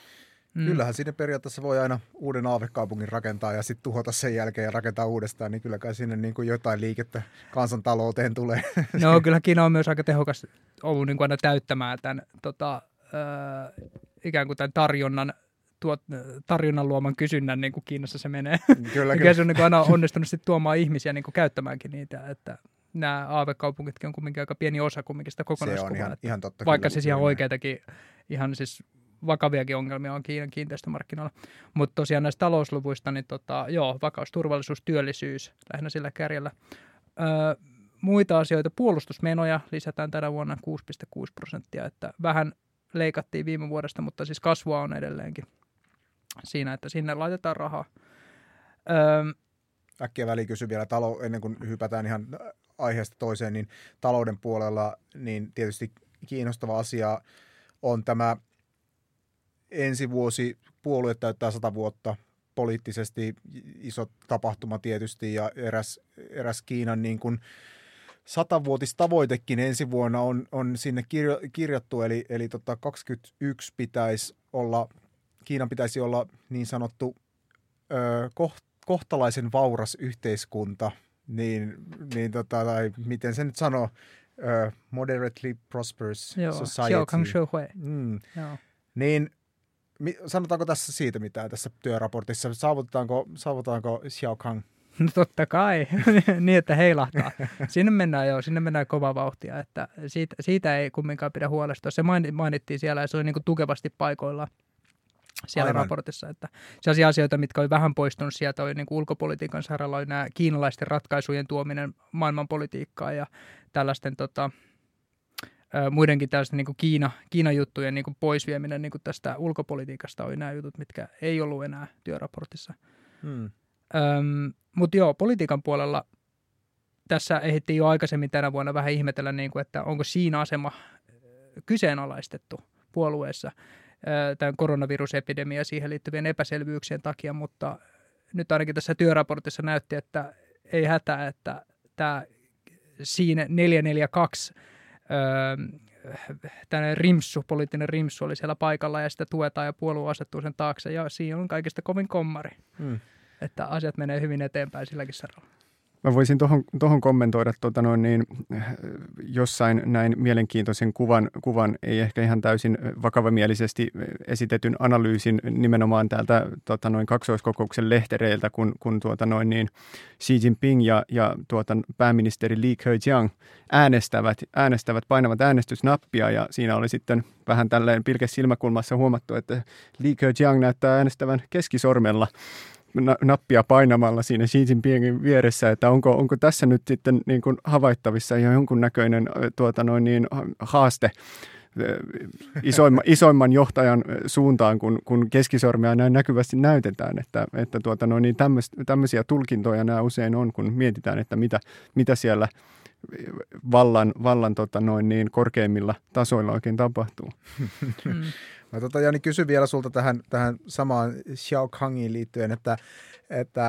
S3: Mm. Kyllähän sinne periaatteessa voi aina uuden aavekaupungin rakentaa ja sitten tuhota sen jälkeen ja rakentaa uudestaan, niin kylläkään sinne niin kuin jotain liikettä kansantalouteen tulee.
S5: No kyllä Kiina on myös aika tehokas ollut niin kuin aina täyttämään tämän tota, äh, ikään kuin tämän tarjonnan, tuot, tarjonnan luoman kysynnän, niin kuin Kiinassa se menee.
S3: Kyllä,
S5: Mikä
S3: kyllä.
S5: se on niin kuin aina onnistunut sit tuomaan ihmisiä niin kuin käyttämäänkin niitä, että nämä aavekaupungitkin on kumminkin aika pieni osa kumminkin sitä
S3: Se on
S5: kokonaiskuvaa.
S3: ihan, ihan totta.
S5: Vaikka
S3: kyllä,
S5: siis ihan
S3: kyllä.
S5: oikeitakin, ihan siis vakaviakin ongelmia on Kiinan kiinteistömarkkinoilla. Mutta tosiaan näistä talousluvuista, niin tota, joo, vakaus, turvallisuus, työllisyys, lähinnä sillä kärjellä. Öö, muita asioita, puolustusmenoja lisätään tänä vuonna kuusi pilkku kuusi prosenttia, että vähän leikattiin viime vuodesta, mutta siis kasvua on edelleenkin siinä, että sinne laitetaan rahaa. Öö,
S3: Äkkiä välikysy vielä, talo, ennen kuin hypätään ihan aiheesta toiseen, niin talouden puolella niin tietysti kiinnostava asia on tämä ensi vuosi, puolue täyttää sata vuotta, poliittisesti iso tapahtuma tietysti ja eräs, eräs Kiinan niin kuin satavuotistavoitekin ensi vuonna on, on sinne kirjo, kirjattu, eli, eli tota kaksikymmentäyksi pitäisi olla, Kiinan pitäisi olla niin sanottu ö, koht, kohtalaisen vauras yhteiskunta, niin, niin tota, tai miten se nyt sanoo, ö, moderately prosperous
S5: joo,
S3: society.
S5: Xiaokang Shuhui.
S3: Mm.
S5: Joo.
S3: Niin sanotaanko tässä siitä mitään tässä työraportissa? Saavutetaanko, saavutetaanko Xiaokang?
S5: No totta kai, niin että heilahtaa. Sinne mennään jo, sinne mennään kovaa vauhtia, että siitä, siitä ei kumminkaan pidä huolestua. Se mainittiin siellä ja se oli niin kuin tukevasti paikoilla siellä
S3: Aivan.
S5: raportissa. Että sellaisia asioita, mitkä oli vähän poistunut sieltä, oli niin kuin ulkopolitiikan saralla, oli nämä kiinalaisten ratkaisujen tuominen maailmanpolitiikkaan ja tällaisten tota, muidenkin tällaisten niin kuin Kiina, Kiina-juttujen niin kuin poisvieminen niin kuin tästä ulkopolitiikasta oli nämä jutut, mitkä ei ollut enää työraportissa.
S3: Hmm.
S5: Öm, mutta joo, politiikan puolella tässä ehdittiin jo aikaisemmin tänä vuonna vähän ihmetellä, niin kuin, että onko siinä asema kyseenalaistettu puolueessa tämän koronavirusepidemian ja siihen liittyvien epäselvyyksien takia, mutta nyt ainakin tässä työraportissa näytti, että ei hätää, että tämä siinä neljä neljä kaksi Öö, tällainen rimssu, poliittinen rimssu oli siellä paikalla ja sitä tuetaan ja puolue asettuu sen taakse ja siinä on kaikista kovin kommari,
S3: Hmm.
S5: että asiat menee hyvin eteenpäin silläkin saralla.
S4: Mä voisin tohon, tohon kommentoida tota noin niin, jossain näin mielenkiintoisen kuvan, kuvan, ei ehkä ihan täysin vakavamielisesti esitetyn analyysin nimenomaan täältä tota noin kaksoiskokouksen lehtereiltä, kun, kun tuota noin niin Xi Jinping ja, ja tuota pääministeri Li Keqiang äänestävät, äänestävät, painavat äänestysnappia ja siinä oli sitten vähän tälleen pilke silmäkulmassa huomattu, että Li Keqiang näyttää äänestävän keskisormella nappia painamalla siinä Xi Jinpingin vieressä, että onko, onko tässä nyt sitten niin kuin havaittavissa ihan jonkunnäköinen tuota noin niin, haaste isoimman, isoimman johtajan suuntaan, kun, kun keskisormea näin näkyvästi näytetään, että, että tuota noin niin tämmöisiä tulkintoja nämä usein on, kun mietitään, että mitä, mitä siellä vallan, vallan tota noin niin korkeimmilla tasoilla oikein tapahtuu.
S5: Mm.
S3: Mä tota, Jani, kysyn vielä sulta tähän, tähän samaan Xiaokangiin liittyen, että, että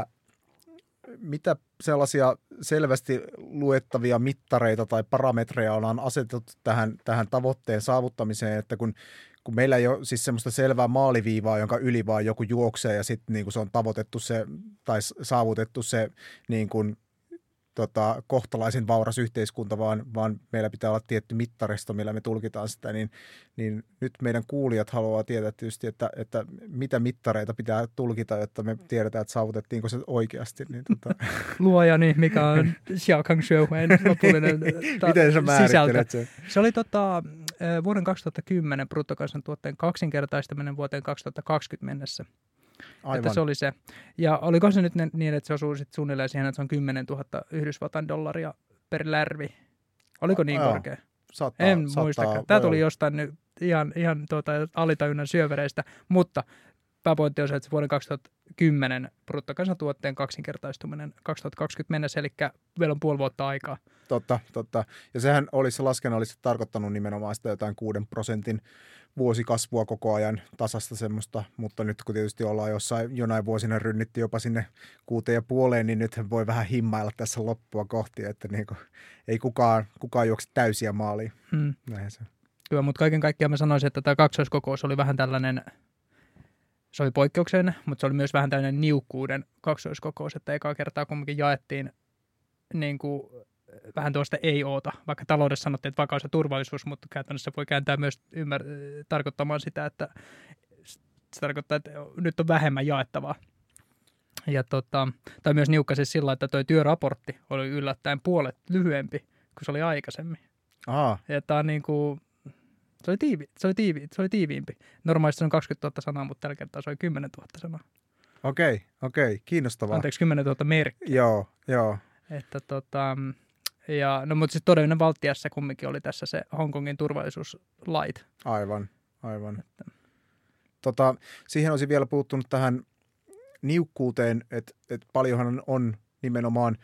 S3: mitä sellaisia selvästi luettavia mittareita tai parametreja ollaan asetettu tähän, tähän tavoitteen saavuttamiseen, että kun, kun meillä ei ole siis semmoista selvää maaliviivaa, jonka yli vaan joku juoksee ja sitten niin se on tavoitettu se tai saavutettu se niin kuin Tota, kohtalaisen vauras yhteiskunta, vaan, vaan meillä pitää olla tietty mittaristo, millä me tulkitaan sitä, niin, niin nyt meidän kuulijat haluaa tietää tietysti, että, että mitä mittareita pitää tulkita, jotta me tiedetään, että saavutettiinko se oikeasti. Niin, tota.
S5: Luojani, mikä on Xiaokang Shuhuin lopullinen ta-
S3: Miten sä määrittelet
S5: sisältö.
S3: sen?
S5: Se oli tota, vuoden kaksituhattakymmenen bruttokansantuotteen kaksinkertaistaminen vuoteen kaksituhattakaksikymmentä mennessä.
S3: Aivan.
S5: Että se oli se. Ja oliko se nyt niin, että se osuu sit suunnilleen siihen, että se on kymmenentuhatta Yhdysvaltain dollaria per lärvi? Oliko niin
S3: Joo.
S5: korkea?
S3: Saattaa,
S5: En
S3: saattaa,
S5: muistakaan. Tämä tuli
S3: olla.
S5: jostain nyt ihan, ihan tuota, alitajunnan syövereistä, mutta pääpointti on se, että vuoden kaksituhattakymmenen bruttokansantuotteen kaksinkertaistuminen kaksituhattakaksikymmentä mennessä, eli vielä on puoli vuotta aikaa.
S3: Totta, totta. Ja sehän olisi laskennallisesti tarkoittanut nimenomaan sitä jotain kuuden prosentin vuosikasvua koko ajan tasasta semmoista, mutta nyt kun tietysti ollaan jossain, jonain vuosina rynnitty jopa sinne kuuteen ja puoleen, niin nyt voi vähän himmailla tässä loppua kohti, että niin kuin, ei kukaan, kukaan juokse täysiä maaliin.
S5: Hmm.
S3: Näin se.
S5: Kyllä, mutta kaiken kaikkiaan mä sanoisin, että tämä kaksoiskokous oli vähän tällainen, se oli poikkeuksellinen, mutta se oli myös vähän tällainen niukkuuden kaksoiskokous, että ekaa kertaa kumminkin jaettiin niin kuin vähän tuosta ei-oota, vaikka taloudessa sanottiin, että vakaus ja turvallisuus, mutta käytännössä voi kääntää myös ymmär- tarkoittamaan sitä, että Se tarkoittaa, että nyt on vähemmän jaettavaa. Ja tota, tai myös niukka siis sillä, että tuo työraportti oli yllättäen puolet lyhyempi kuin se oli aikaisemmin.
S3: Aha.
S5: Ja tää on niin kuin, se oli, tiivi, se, oli tiivi, se oli tiiviimpi. Normaalisti se on kaksikymmentätuhatta sanaa, mutta tällä kertaa se oli kymmenentuhatta sanaa.
S3: Okei, okei, kiinnostavaa.
S5: Anteeksi, kymmenentuhatta merkkiä.
S3: Joo, joo.
S5: Että tota, ja, no mutta siis todellinen valtiassa kumminkin oli tässä se Hongkongin turvallisuuslait.
S3: Aivan, aivan. Että. Tota, siihen olisin vielä puuttunut tähän niukkuuteen, että, että paljonhan on nimenomaan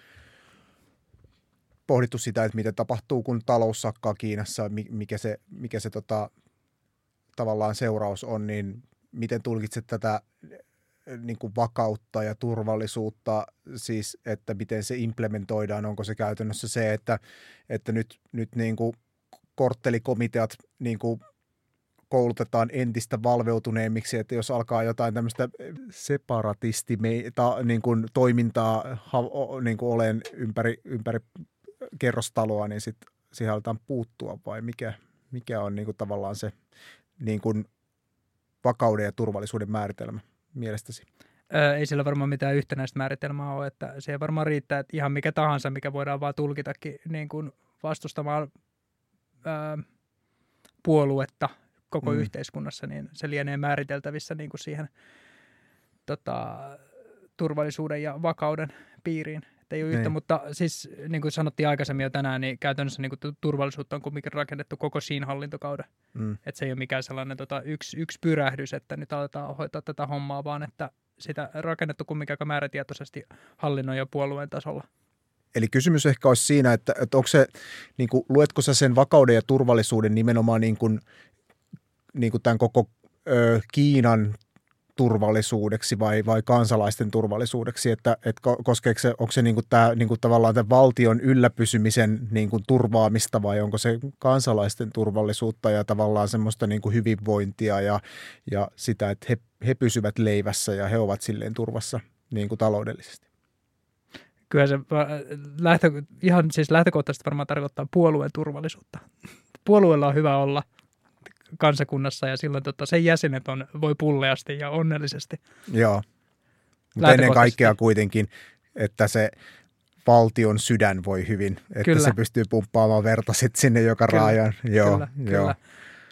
S3: pohdittu sitä, että mitä tapahtuu, kun talous sakkaa Kiinassa, mikä se, mikä se tota, tavallaan seuraus on, niin miten tulkitset tätä niin kuin vakautta ja turvallisuutta, siis että miten se implementoidaan, onko se käytännössä se, että, että nyt, nyt niin kuin korttelikomiteat niin kuin koulutetaan entistä valveutuneemmiksi, että jos alkaa jotain tämmöistä separatisti niin kuin toimintaa niin kuin olen ympäri, ympäri kerrostaloa, niin sitten siihen aletaan puuttua vai mikä, mikä on niin kuin tavallaan se niin kuin vakauden ja turvallisuuden määritelmä mielestäsi?
S5: Öö, ei sillä varmaan mitään yhtenäistä määritelmää ole, että siihen varmaan riittää, että ihan mikä tahansa, mikä voidaan vaan tulkitakin niin kuin vastustamaan öö, puoluetta koko mm. yhteiskunnassa, niin se lienee määriteltävissä niin kuin siihen tota, turvallisuuden ja vakauden piiriin. Että ei ole yhtä, mutta siis niin kuin sanottiin aikaisemmin jo tänään, niin käytännössä niin kuin turvallisuutta on kuitenkin rakennettu koko siinä hallintokauden. Mm. Että se ei ole mikään sellainen tota, yksi, yksi pyrähdys, että nyt aletaan hoitaa tätä hommaa, vaan että sitä rakennettu kuitenkin aika määrätietoisesti hallinnon ja puolueen tasolla.
S3: Eli kysymys ehkä olisi siinä, että, että onko se, niin kuin, luetko sä sen vakauden ja turvallisuuden nimenomaan niin kuin, niin kuin tämän koko ö, Kiinan turvallisuudeksi vai, vai kansalaisten turvallisuudeksi, että, että koskeeko se, onko se niin kuin tämä, niin kuin tavallaan tämän valtion ylläpysymisen niin kuin turvaamista vai onko se kansalaisten turvallisuutta ja tavallaan semmoista niin kuin hyvinvointia ja, ja sitä, että he, he pysyvät leivässä ja he ovat silleen turvassa niin kuin taloudellisesti.
S5: Kyllä se lähtö, ihan siis lähtökohtaisesti varmaan tarkoittaa puolueen turvallisuutta. Puolueella on hyvä olla kansakunnassa ja silloin tota, sen jäsenet on, voi pulleasti ja onnellisesti.
S3: Joo, mutta ennen kaikkea kuitenkin, että se valtion sydän voi hyvin, että kyllä. Se pystyy pumppaamaan verta sit sinne joka kyllä. raajan. Joo,
S5: kyllä,
S3: joo.
S5: Kyllä.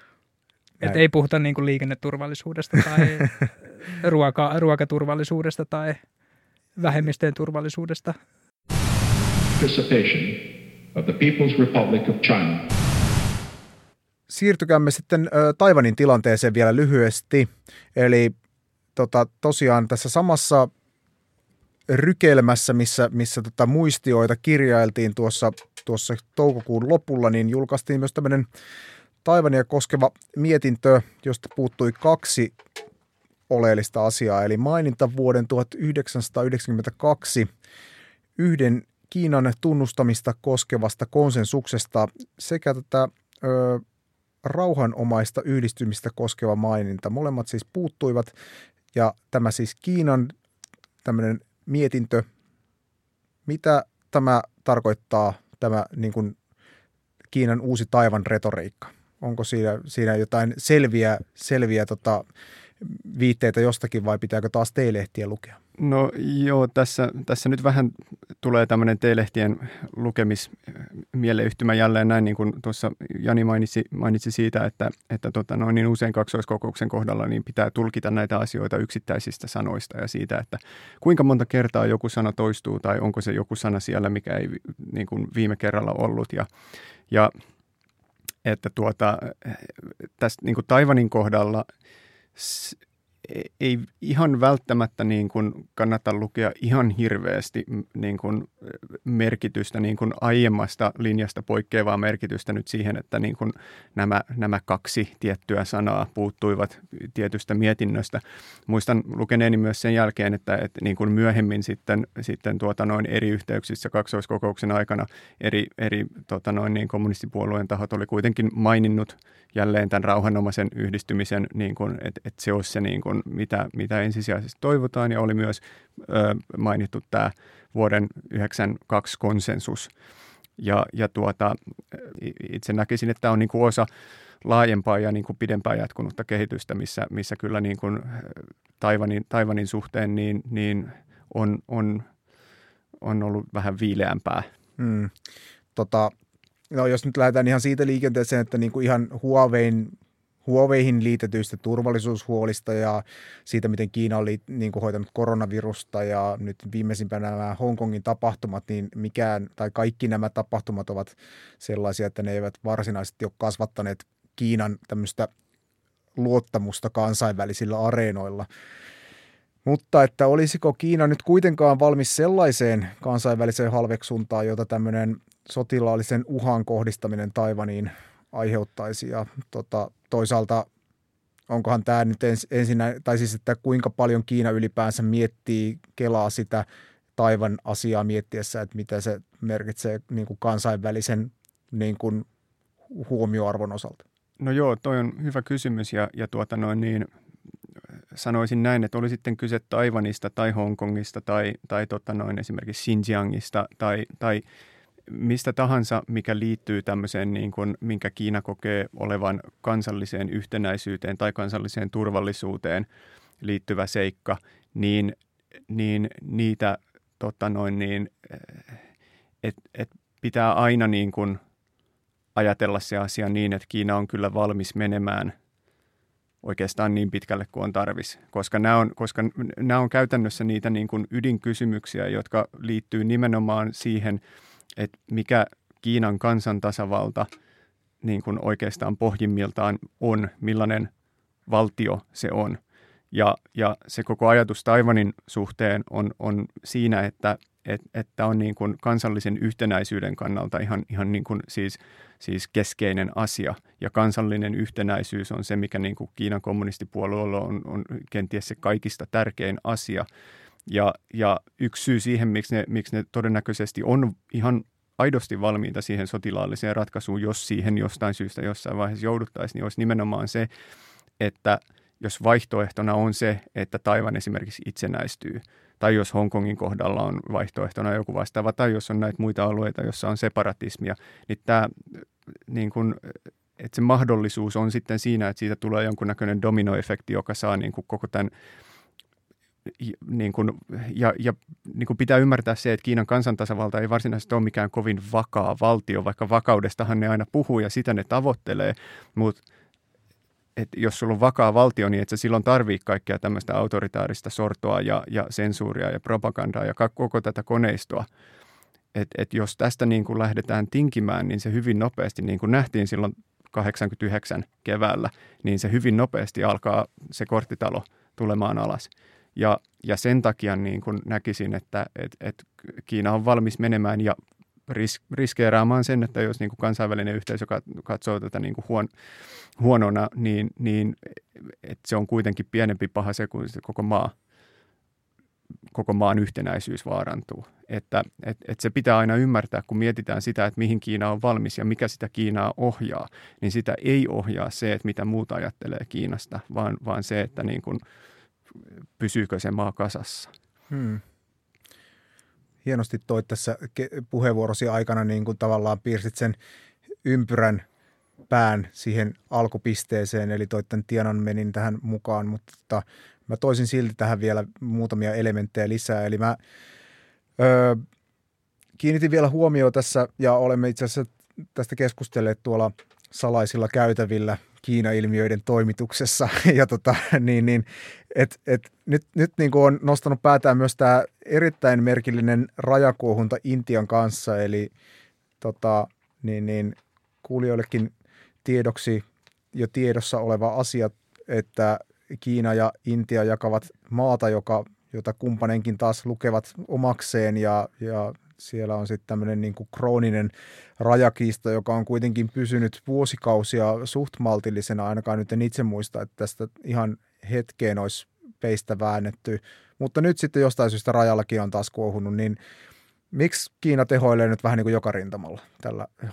S5: Että ei puhuta niin kuin liikenneturvallisuudesta tai ruoka, ruokaturvallisuudesta tai vähemmistöjen turvallisuudesta.
S2: Participation of the People's Republic of China.
S3: Siirtykäämme sitten ö, Taiwanin tilanteeseen vielä lyhyesti. Eli tota, tosiaan tässä samassa rykelmässä, missä, missä tota, muistioita kirjailtiin tuossa, tuossa toukokuun lopulla, niin julkaistiin myös tämmöinen Taiwania koskeva mietintö, josta puuttui kaksi oleellista asiaa. Eli maininta vuoden tuhatyhdeksänsataayhdeksänkymmentäkaksi yhden Kiinan tunnustamista koskevasta konsensuksesta sekä tätä ö, rauhanomaista yhdistymistä koskeva maininta. Molemmat siis puuttuivat ja tämä siis Kiinan tämmöinen mietintö, mitä tämä tarkoittaa, tämä niin kuin Kiinan uusi Taiwan retoriikka? Onko siinä, siinä jotain selviä, selviä tota, viitteitä jostakin vai pitääkö taas teelehtiä lukea?
S4: No joo, tässä, tässä nyt vähän tulee tämmöinen teelehtien lukemismieleyhtymä jälleen näin, niin kuin tuossa Jani mainitsi, mainitsi siitä, että, että tota, noin niin usein kaksoiskokouksen kohdalla niin pitää tulkita näitä asioita yksittäisistä sanoista ja siitä, että kuinka monta kertaa joku sana toistuu tai onko se joku sana siellä, mikä ei niin kuin viime kerralla ollut ja, ja että tuota, tässä niin kuin Taiwanin kohdalla ei ihan välttämättä niin kuin kannata lukea ihan hirveästi niin kuin merkitystä, niin kuin aiemmasta linjasta poikkeavaa merkitystä nyt siihen, että niin kuin nämä, nämä kaksi tiettyä sanaa puuttuivat tietystä mietinnöstä. Muistan lukeneeni myös sen jälkeen, että, että niin kuin myöhemmin sitten, sitten tuota noin eri yhteyksissä kaksoiskokouksen aikana eri, eri tuota noin niin kommunistipuolueen tahot oli kuitenkin maininnut jälleen tämän rauhanomaisen yhdistymisen, niin kuin, että, että se olisi se, niin kuin, mitä, mitä ensisijaisesti toivotaan, ja oli myös ö, mainittu tämä vuoden yhdeksänkymmentäkaksi konsensus. Ja, ja tuota, itse näkisin, että tämä on niin kuin osa laajempaa ja niin kuin pidempään jatkunutta kehitystä, missä, missä kyllä niin kuin Taiwanin, Taiwanin suhteen niin, niin on, on, on ollut vähän viileämpää.
S3: Hmm. Tota, no jos nyt lähdetään ihan siitä liikenteeseen, että niin kuin ihan Huawein Huaweihin liitetyistä turvallisuushuolista ja siitä, miten Kiina on liit, niin kuin hoitanut koronavirusta ja nyt viimeisimpänä nämä Hongkongin tapahtumat, niin mikään tai kaikki nämä tapahtumat ovat sellaisia, että ne eivät varsinaisesti ole kasvattaneet Kiinan tämmöistä luottamusta kansainvälisillä areenoilla. Mutta että olisiko Kiina nyt kuitenkaan valmis sellaiseen kansainväliseen halveksuntaan, jota tämmöinen sotilaallisen uhan kohdistaminen Taiwaniin aiheuttaisi ja tota, toisaalta onkohan tämä nyt ens, ensinnä, tai siis että kuinka paljon Kiina ylipäänsä miettii, kelaa sitä Taiwan asiaa miettiessä, että mitä se merkitsee niin kuin kansainvälisen niin kuin huomioarvon osalta? No
S4: joo, toi on hyvä kysymys ja, ja tuota noin niin, sanoisin näin, että oli sitten kyse Taiwanista tai Hongkongista tai, tai tota noin esimerkiksi Xinjiangista tai, tai mistä tahansa, mikä liittyy tämmöiseen, niin kuin, minkä Kiina kokee olevan kansalliseen yhtenäisyyteen tai kansalliseen turvallisuuteen liittyvä seikka, niin, niin niitä tota noin niin, et, et pitää aina niin kuin ajatella se asia niin, että Kiina on kyllä valmis menemään oikeastaan niin pitkälle kuin on tarvis, koska nämä on, koska nämä on käytännössä niitä niin kuin ydinkysymyksiä, jotka liittyy nimenomaan siihen, että mikä Kiinan kansantasavalta niin kuin oikeastaan pohjimmiltaan on, millainen valtio se on. Ja, ja se koko ajatus Taiwanin suhteen on, on siinä, että et, että on niin kuin kansallisen yhtenäisyyden kannalta ihan, ihan niin kuin siis, siis keskeinen asia. Ja kansallinen yhtenäisyys on se, mikä niin kuin Kiinan kommunistipuolueella on, on kenties se kaikista tärkein asia. Ja, ja yksi syy siihen, miksi ne, miksi ne todennäköisesti on ihan aidosti valmiita siihen sotilaalliseen ratkaisuun, jos siihen jostain syystä jossain vaiheessa jouduttaisiin, niin olisi nimenomaan se, että jos vaihtoehtona on se, että Taiwan esimerkiksi itsenäistyy, tai jos Hongkongin kohdalla on vaihtoehtona joku vastaava, tai jos on näitä muita alueita, joissa on separatismia, niin tämä, niin kuin, että se mahdollisuus on sitten siinä, että siitä tulee jonkunnäköinen dominoefekti, joka saa niin kuin koko tämän Niin kuin, ja ja niin kuin pitää ymmärtää se, että Kiinan kansantasavalta ei varsinaisesti ole mikään kovin vakaa valtio, vaikka vakaudestahan ne aina puhuu ja sitä ne tavoittelee, mutta että jos sulla on vakaa valtio, niin et sä silloin tarvii kaikkea tämmöistä autoritaarista sortoa ja, ja sensuuria ja propagandaa ja koko tätä koneistoa. Että et jos tästä niin kuin lähdetään tinkimään, niin se hyvin nopeasti, niin kuin nähtiin silloin kahdeksankymmentäyhdeksän keväällä, niin se hyvin nopeasti alkaa se korttitalo tulemaan alas. Ja, ja sen takia niin kun näkisin, että et, et Kiina on valmis menemään ja ris, riskeeraamaan sen, että jos niin kun kansainvälinen yhteisö katsoo tätä niin kun huon, huonona, niin, niin että se on kuitenkin pienempi paha se, kun se koko, maa, koko maan yhtenäisyys vaarantuu. Että et, et se pitää aina ymmärtää, kun mietitään sitä, että mihin Kiina on valmis ja mikä sitä Kiinaa ohjaa, niin sitä ei ohjaa se, että mitä muuta ajattelee Kiinasta, vaan, vaan se, että niin kun pysyykö se maa kasassa. Hmm.
S3: Hienosti toit tässä puheenvuorosi aikana niin kuin tavallaan piirsit sen ympyrän pään siihen alkupisteeseen, eli toit tämän Tiananmenin tähän mukaan, mutta tota, mä toisin silti tähän vielä muutamia elementtejä lisää. Eli mä öö, kiinnitin vielä huomioon tässä, ja olemme itse asiassa tästä keskustelleet tuolla salaisilla käytävillä Kiina-ilmiöiden toimituksessa, ja tota, niin, niin, et, et, nyt, nyt niin kuin on nostanut päätään myös tämä erittäin merkillinen rajakuohunta Intian kanssa, eli tota, niin, niin, kuulijoillekin tiedoksi jo tiedossa oleva asia, että Kiina ja Intia jakavat maata, joka, jota kumppanenkin taas lukevat omakseen, ja, ja siellä on sitten tämmöinen niin kuin krooninen rajakiista, joka on kuitenkin pysynyt vuosikausia suht maltillisena, ainakaan nyt en itse muista, että tästä ihan hetkeen olisi peistä väännetty. Mutta nyt sitten jostain syystä rajallakin on taas kuohunut, niin miksi Kiina tehoilee nyt vähän niin kuin joka rintamalla tällä haavaa?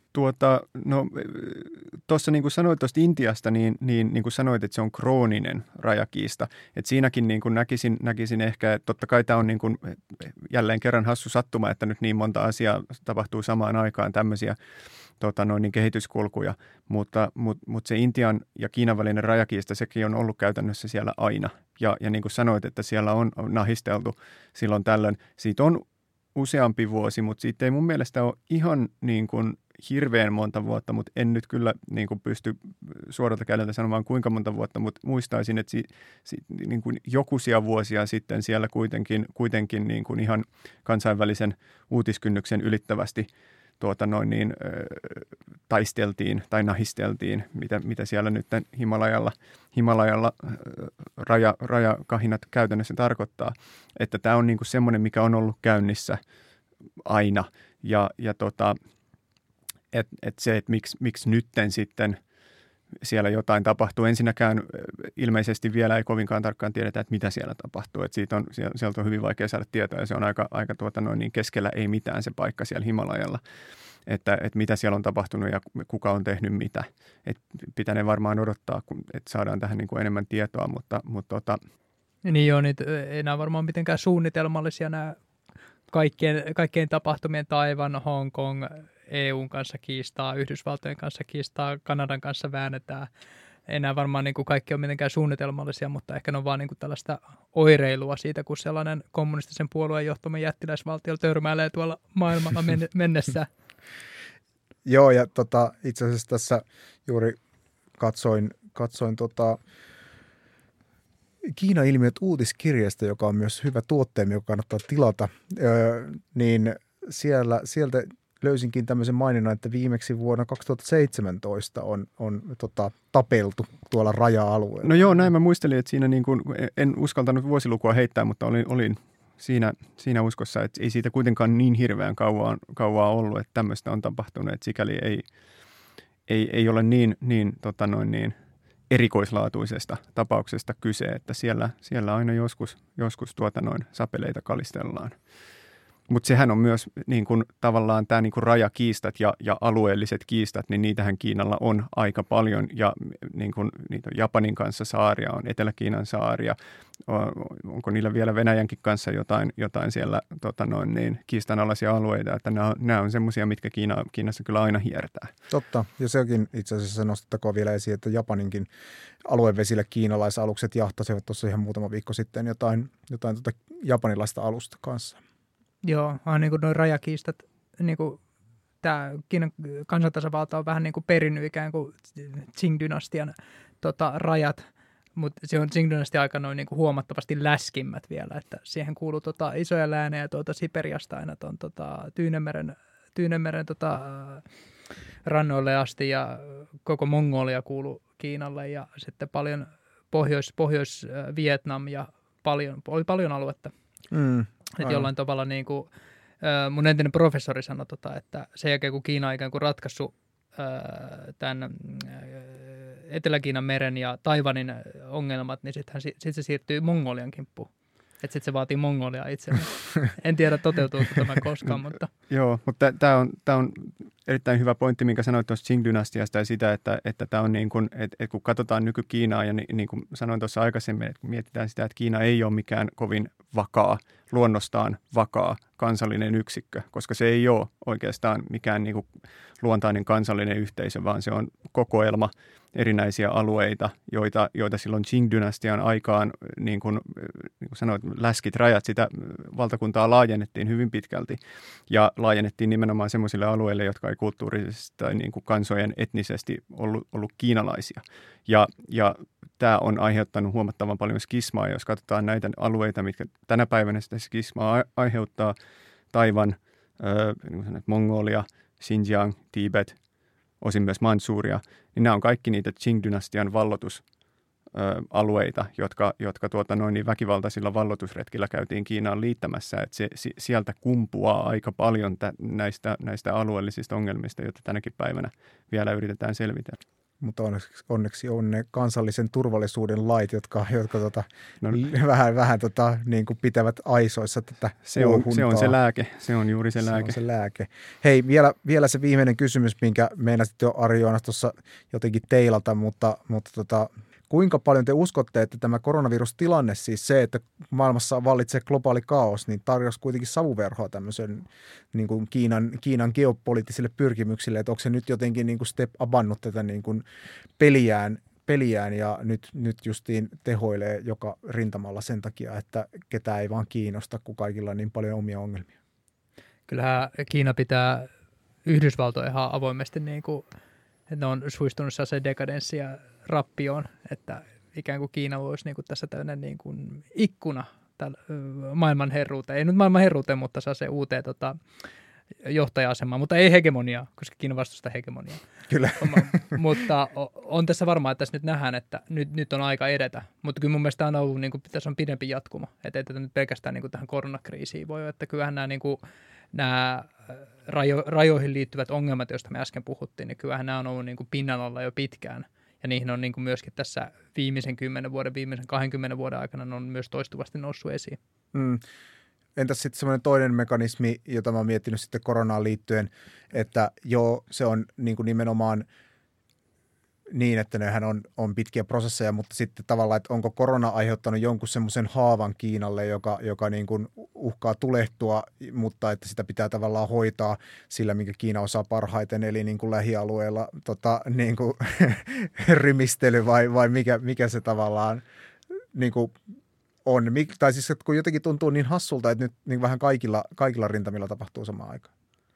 S4: Tuota, no tuossa niin kuin sanoit tuosta Intiasta, niin, niin, niin kuin sanoit, että se on krooninen rajakiista. Et siinäkin niin kuin näkisin, näkisin ehkä, että totta kai tämä on niin kuin jälleen kerran hassu sattuma, että nyt niin monta asiaa tapahtuu samaan aikaan, tämmöisiä tota, noin, niin kehityskulkuja, mutta, mutta, mutta se Intian ja Kiinan välinen rajakiista, sekin on ollut käytännössä siellä aina. Ja, ja niin kuin sanoit, että siellä on nahisteltu silloin tällöin. Siitä on useampi vuosi, mutta siitä ei mun mielestä ole ihan niin kuin hirveän monta vuotta, mutta en nyt kyllä niin kuin pysty suoralta kädeltä sanomaan kuinka monta vuotta, mutta muistaisin, että si, si, niin kuin jokuisia vuosia sitten siellä kuitenkin, kuitenkin niin kuin ihan kansainvälisen uutiskynnyksen ylittävästi tuota noin niin, äh, taisteltiin tai nahisteltiin, mitä, mitä siellä nyt Himalajalla, Himalajalla äh, raja, rajakahinat käytännössä tarkoittaa. Että tämä on niin kuin semmoinen, mikä on ollut käynnissä aina ja, ja tota, että et se, että miksi, miksi nytten sitten siellä jotain tapahtuu. Ensinnäkään ilmeisesti vielä ei kovinkaan tarkkaan tiedetä, että mitä siellä tapahtuu. Että siitä on, sieltä on hyvin vaikea saada tietoa ja se on aika, aika tuota noin niin keskellä ei mitään se paikka siellä Himalajalla. Että, että mitä siellä on tapahtunut ja kuka on tehnyt mitä. Että pitänee varmaan odottaa, kun, että saadaan tähän niin kuin enemmän tietoa, mutta, mutta tota.
S5: Niin joo, niin ei nämä varmaan mitenkään suunnitelmallisia nämä kaikkien, kaikkien tapahtumien Taiwan, Hong Kong, E U:n kanssa kiistaa, Yhdysvaltojen kanssa kiistaa, Kanadan kanssa väännetään. Ei nämä varmaan niin kuin kaikki ole mitenkään suunnitelmallisia, mutta ehkä ne on vaan niin kuin tällaista oireilua siitä, kun sellainen kommunistisen puolueen johtama jättiläisvaltio törmäilee tuolla maailmalla mennessä.
S3: Joo, ja tota, itse asiassa tässä juuri katsoin, katsoin tota Kiina-ilmiöt uutiskirjasta, joka on myös hyvä tuotteemme, joka kannattaa tilata, öö, niin siellä, sieltä löysinkin tämmöisen maininnan, että viimeksi vuonna kaksituhattaseitsemäntoista on, on tota, tapeltu tuolla raja-alueella.
S4: No joo, näin mä muistelin, että siinä niin kuin, en uskaltanut vuosilukua heittää, mutta olin, olin siinä, siinä uskossa, että ei siitä kuitenkaan niin hirveän kauaa, kauaa ollut, että tämmöistä on tapahtunut, että sikäli ei, ei, ei ole niin, niin, tota noin, niin erikoislaatuisesta tapauksesta kyse, että siellä, siellä aina joskus, joskus tuota noin sapeleita kalistellaan. Mutta sehän on myös niin kun, tavallaan tämä niin kun rajakiistat ja, ja alueelliset kiistat, niin niitähän Kiinalla on aika paljon. Ja niin kun, niitä on Japanin kanssa saaria, on Etelä-Kiinan saaria. Onko niillä vielä Venäjänkin kanssa jotain, jotain siellä tota noin, niin, kiistanalaisia alueita? Että nämä, nämä on semmoisia, mitkä Kiina, Kiinassa kyllä aina hiertää.
S3: Totta. Ja sekin itse asiassa nostettakoon vielä esiin, että Japaninkin aluevesillä kiinalaisalukset jahtasivat tuossa ihan muutama viikko sitten jotain, jotain tuota japanilaista alusta kanssa.
S5: Joo, on niin kuin nuo rajakiistat, niin kuin tämä Kiinan kansantasavalta on vähän niin kuin perinnyt ikään kuin Qing-dynastian tota, rajat, mutta se on Qing-dynastian aikana noin niin kuin huomattavasti läskimmät vielä, että siihen kuuluu tota, isoja läänejä tuolta Siperiasta aina tuon tota, Tyynemeren, Tyynemeren tota, rannoille asti ja koko Mongolia kuuluu Kiinalle ja sitten paljon Pohjois, Pohjois-Vietnam ja paljon, oli paljon aluetta. Mm. Että jollain tavalla niin kuin, äh, mun entinen professori sanoi, tota, että sen jälkeen kun Kiina on ikään kuin ratkaissut äh, tämän äh, Etelä-Kiinan meren ja Taiwanin ongelmat, niin sitten sit se siirtyy Mongolian kimppuun. Että sitten se vaatii Mongoliaa itselleen. En tiedä, toteutuuko tämä koskaan, mutta.
S4: Joo, mutta tämä on, on erittäin hyvä pointti, minkä sanoit tuosta Qing-dynastiasta ja sitä, että, että tämä on niin kuin, että, että kun katsotaan nyky-Kiinaa ja niin, niin kuin sanoin tuossa aikaisemmin, että kun mietitään sitä, että Kiina ei ole mikään kovin vakaa, luonnostaan vakaa kansallinen yksikkö, koska se ei ole oikeastaan mikään niin kuin luontainen kansallinen yhteisö, vaan se on kokoelma erinäisiä alueita, joita, joita silloin Qing-dynastian aikaan, niin kuin, niin kuin sanoit, läskit rajat, sitä valtakuntaa laajennettiin hyvin pitkälti ja laajennettiin nimenomaan sellaisille alueille, jotka ei kulttuurisesti tai niin kuin kansojen etnisesti ollut, ollut kiinalaisia. Ja, ja tämä on aiheuttanut huomattavan paljon skismaa, jos katsotaan näitä alueita, mitkä tänä päivänä sitä skismaa aiheuttaa, Taiwan, äh, niin kuin Mongolia, Xinjiang, Tibet, osin myös Manchuria, niin nämä on kaikki niitä Qing-dynastian vallotusalueita, jotka, jotka tuota, noin niin väkivaltaisilla vallotusretkillä käytiin Kiinaan liittämässä. Että se, sieltä kumpuaa aika paljon tä, näistä, näistä alueellisista ongelmista, joita tänäkin päivänä vielä yritetään selvitellä.
S3: mutta onneksi, onneksi on ne kansallisen turvallisuuden lait, jotka, jotka tota,
S4: no,
S3: vähän, vähän tota, niin kuin pitävät aisoissa tätä
S4: se on, se on se lääke, se on juuri se, se lääke.
S3: Se lääke. Hei, vielä, vielä se viimeinen kysymys, minkä meinasit jo Ari-Joonas tuossa jotenkin teilata, mutta, mutta tota, kuinka paljon te uskotte, että tämä koronavirustilanne, siis se, että maailmassa vallitsee globaali kaos, niin tarjosi kuitenkin savuverhoa tämmöisen niin kuin Kiinan, Kiinan geopoliittisille pyrkimyksille, että onko se nyt jotenkin niin kuin step abannut tätä niin kuin peliään, peliään ja nyt, nyt justiin tehoilee joka rintamalla sen takia, että ketään ei vaan kiinnosta, kun kaikilla on niin paljon omia ongelmia.
S5: Kyllähän Kiina pitää Yhdysvaltoja ihan avoimesti, niin kuin, että ne on suistunut se dekadenssi ja rappioon, että ikään kuin Kiina olisi niin kuin tässä tämmöinen niin kuin ikkuna maailman herruuteen. Ei nyt maailman herruuteen, mutta saa se uuteen tota, johtaja-asemaan, mutta ei hegemoniaa, koska Kiina vastustaa hegemoniaa.
S3: Kyllä.
S5: Mutta on tässä varmaan, että tässä nyt nähdään, että nyt, nyt on aika edetä. Mutta kyllä mun mielestä on ollut, niin kuin, tässä on pidempi jatkuma. Että ei tätä nyt pelkästään niin kuin tähän koronakriisiin voi, että kyllähän nämä, niin kuin, nämä rajo, rajoihin liittyvät ongelmat, joista me äsken puhuttiin, niin kyllähän nämä on ollut niin kuin pinnan alla jo pitkään. Ja niihin on niin kuin myöskin tässä viimeisen kymmenen vuoden, viimeisen kahdenkymmenen vuoden aikana on myös toistuvasti noussut esiin. Mm.
S3: Entäs sitten semmoinen toinen mekanismi, jota mä oon miettinyt sitten koronaan liittyen, että joo, se on niin kuin nimenomaan niin, että nehän on, on pitkiä prosesseja, mutta sitten tavallaan, että onko korona aiheuttanut jonkun semmoisen haavan Kiinalle, joka, joka niin kuin uhkaa tulehtua, mutta että sitä pitää tavallaan hoitaa sillä, minkä Kiina osaa parhaiten, eli niin kuin lähialueella tota, niin kuin rymistely vai, vai mikä, mikä se tavallaan niin kuin on. Tai siis, että kun jotenkin tuntuu niin hassulta, että nyt niin vähän kaikilla, kaikilla rintamilla tapahtuu samaan aikaan.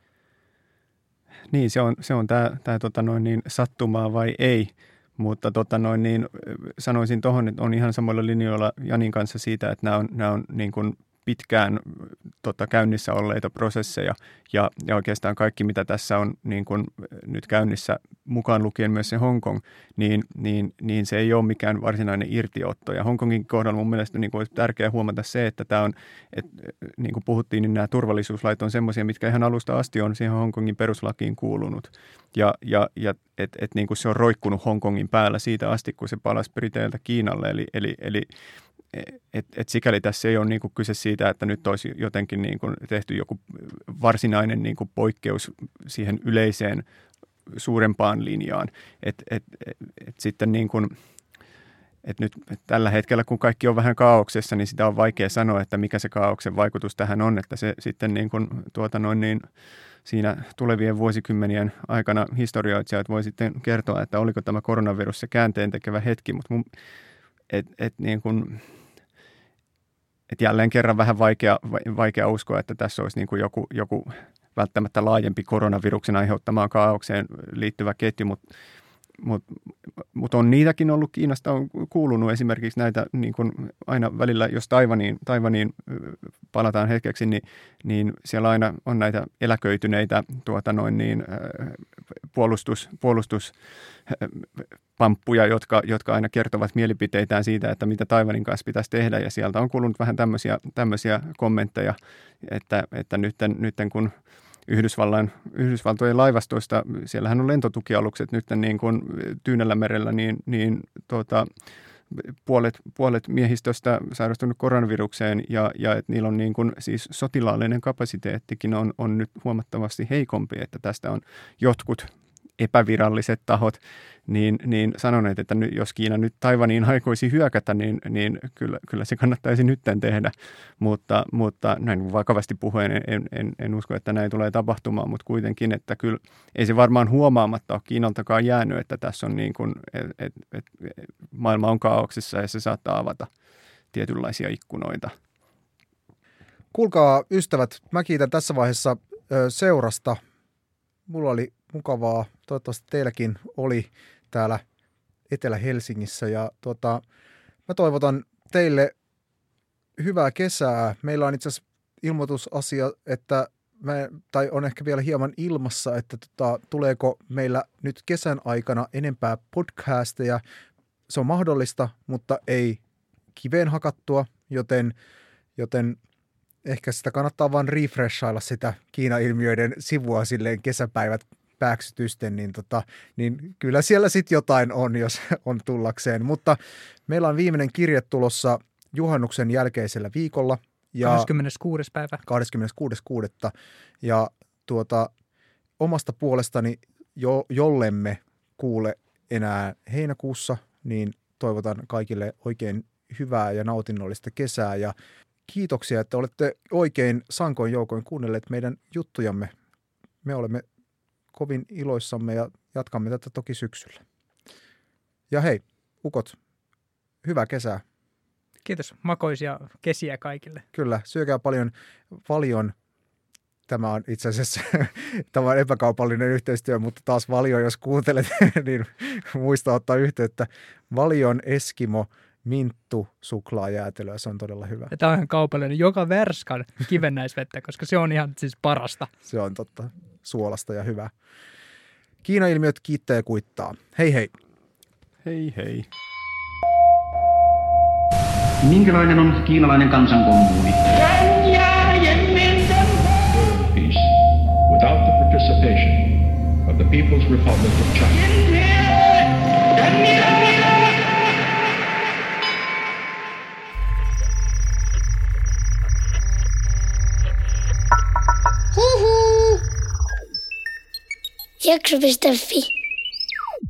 S4: Niin, se on, se on tämä, tämä tota noin niin, sattumaa vai ei, mutta tota noin niin, sanoisin tuohon, että on ihan samalla linjoilla Janin kanssa siitä, että nämä on, nämä on niin kuin pitkään tota, käynnissä olleita prosesseja ja, ja oikeastaan kaikki, mitä tässä on niin kuin nyt käynnissä, mukaan lukien myös se Hongkong, niin, niin, niin se ei ole mikään varsinainen irtiotto. Ja Hongkongin kohdalla mun mielestä niin kuin olisi tärkeää huomata se, että tämä on, että niin kuin puhuttiin, niin nämä turvallisuuslait on semmoisia, mitkä ihan alusta asti on siihen Hongkongin peruslakiin kuulunut. Ja, ja, ja että et, niin kuin se on roikkunut Hongkongin päällä siitä asti, kun se palasi Briteiltä Kiinalle. Eli, eli, eli Et, et sikäli tässä ei ole niinku kyse siitä, että nyt olisi jotenkin niinku tehty joku varsinainen niinku poikkeus siihen yleiseen suurempaan linjaan. Et, et, et, et sitten niinku, et nyt et tällä hetkellä, kun kaikki on vähän kaauksessa, niin sitä on vaikea sanoa, että mikä se kaauksen vaikutus tähän on. Että se sitten niinku, tuota noin niin, siinä tulevien vuosikymmenien aikana historioitsijat voi sitten kertoa, että oliko tämä koronavirus se käänteentekevä hetki, mutta mun, et, et niin kuin, et jälleen kerran vähän vaikea, vaikea uskoa, että tässä olisi niin kuin joku, joku välttämättä laajempi koronaviruksen aiheuttamaan kaaukseen liittyvä ketju, mutta mut, mut on niitäkin ollut. Kiinasta on kuulunut esimerkiksi näitä niin kuin aina välillä, jos Taiwaniin, Taiwaniin palataan hetkeksi, niin, niin siellä aina on näitä eläköityneitä tuota noin niin, puolustus, puolustuspamppuja, jotka, jotka aina kertovat mielipiteitään siitä, että mitä Taiwanin kanssa pitäisi tehdä, ja sieltä on kuulunut vähän tämmöisiä, tämmöisiä kommentteja, että, että nytten, nytten kun Yhdysvallan, Yhdysvaltojen laivastoista, siellähän on lentotukialukset nyt niin kuin Tyynellä merellä, niin, niin tuota, puolet, puolet miehistöstä sairastunut koronavirukseen ja, ja että niillä on niin kuin, siis sotilaallinen kapasiteettikin on, on nyt huomattavasti heikompi, että tästä on jotkut epäviralliset tahot niin, niin sanoneet, että nyt, jos Kiina nyt Taiwaniin aikoisi hyökätä, niin, niin kyllä, kyllä se kannattaisi nytten tehdä, mutta, mutta näin vakavasti puhuen en, en, en usko, että näin tulee tapahtumaan, mutta kuitenkin, että kyllä ei se varmaan huomaamatta ole Kiinaltakaan jäänyt, että tässä on niin kuin, et, et, et, maailma on kaauksessa ja se saattaa avata tietynlaisia ikkunoita.
S3: Kuulkaa ystävät, mä kiitän tässä vaiheessa ö, seurasta. Mulla oli mukavaa. Toivottavasti teilläkin oli täällä Etelä-Helsingissä. Ja tuota, mä toivotan teille hyvää kesää. Meillä on itse asiassa ilmoitusasia, että me, tai on ehkä vielä hieman ilmassa, että tota, tuleeko meillä nyt kesän aikana enempää podcasteja. Se on mahdollista, mutta ei kiveen hakattua, joten, joten ehkä sitä kannattaa vaan refreshailla sitä Kiina-ilmiöiden sivua silleen kesäpäivät pääksytysten, niin, tota, niin kyllä siellä sitten jotain on, jos on tullakseen. Mutta meillä on viimeinen kirje tulossa juhannuksen jälkeisellä viikolla. Ja
S5: kahdeskymmeneskuudes päivä.
S3: kahdeskymmeneskuudes kuudetta Ja tuota, omasta puolestani, jo, jollemme kuule enää heinäkuussa, niin toivotan kaikille oikein hyvää ja nautinnollista kesää. Ja kiitoksia, että olette oikein sankoin joukoin kuunnelleet meidän juttujamme. Me olemme kovin iloissamme ja jatkamme tätä toki syksyllä. Ja hei, ukot, hyvää kesää.
S5: Kiitos. Makoisia kesiä kaikille.
S3: Kyllä, syökää paljon Valion. Tämä on itse asiassa tämä on epäkaupallinen yhteistyö, mutta taas Valio, jos kuuntelet, niin muista ottaa yhteyttä. Valion Eskimo minttu suklaajäätelöä, se on todella hyvä.
S5: Ja tämä on ihan kaupallinen. Joka verskan kivennäisvettä, koska se on ihan siis parasta.
S3: Se on totta. Suolasta ja hyvää. Kiina-ilmiöt kiittää ja kuittaa. Hei hei.
S4: Hei hei.
S1: Minkälainen on kiinalainen kansankommuuni?
S2: Peace without the participation of the People's Republic of China.
S6: Jakso piste fi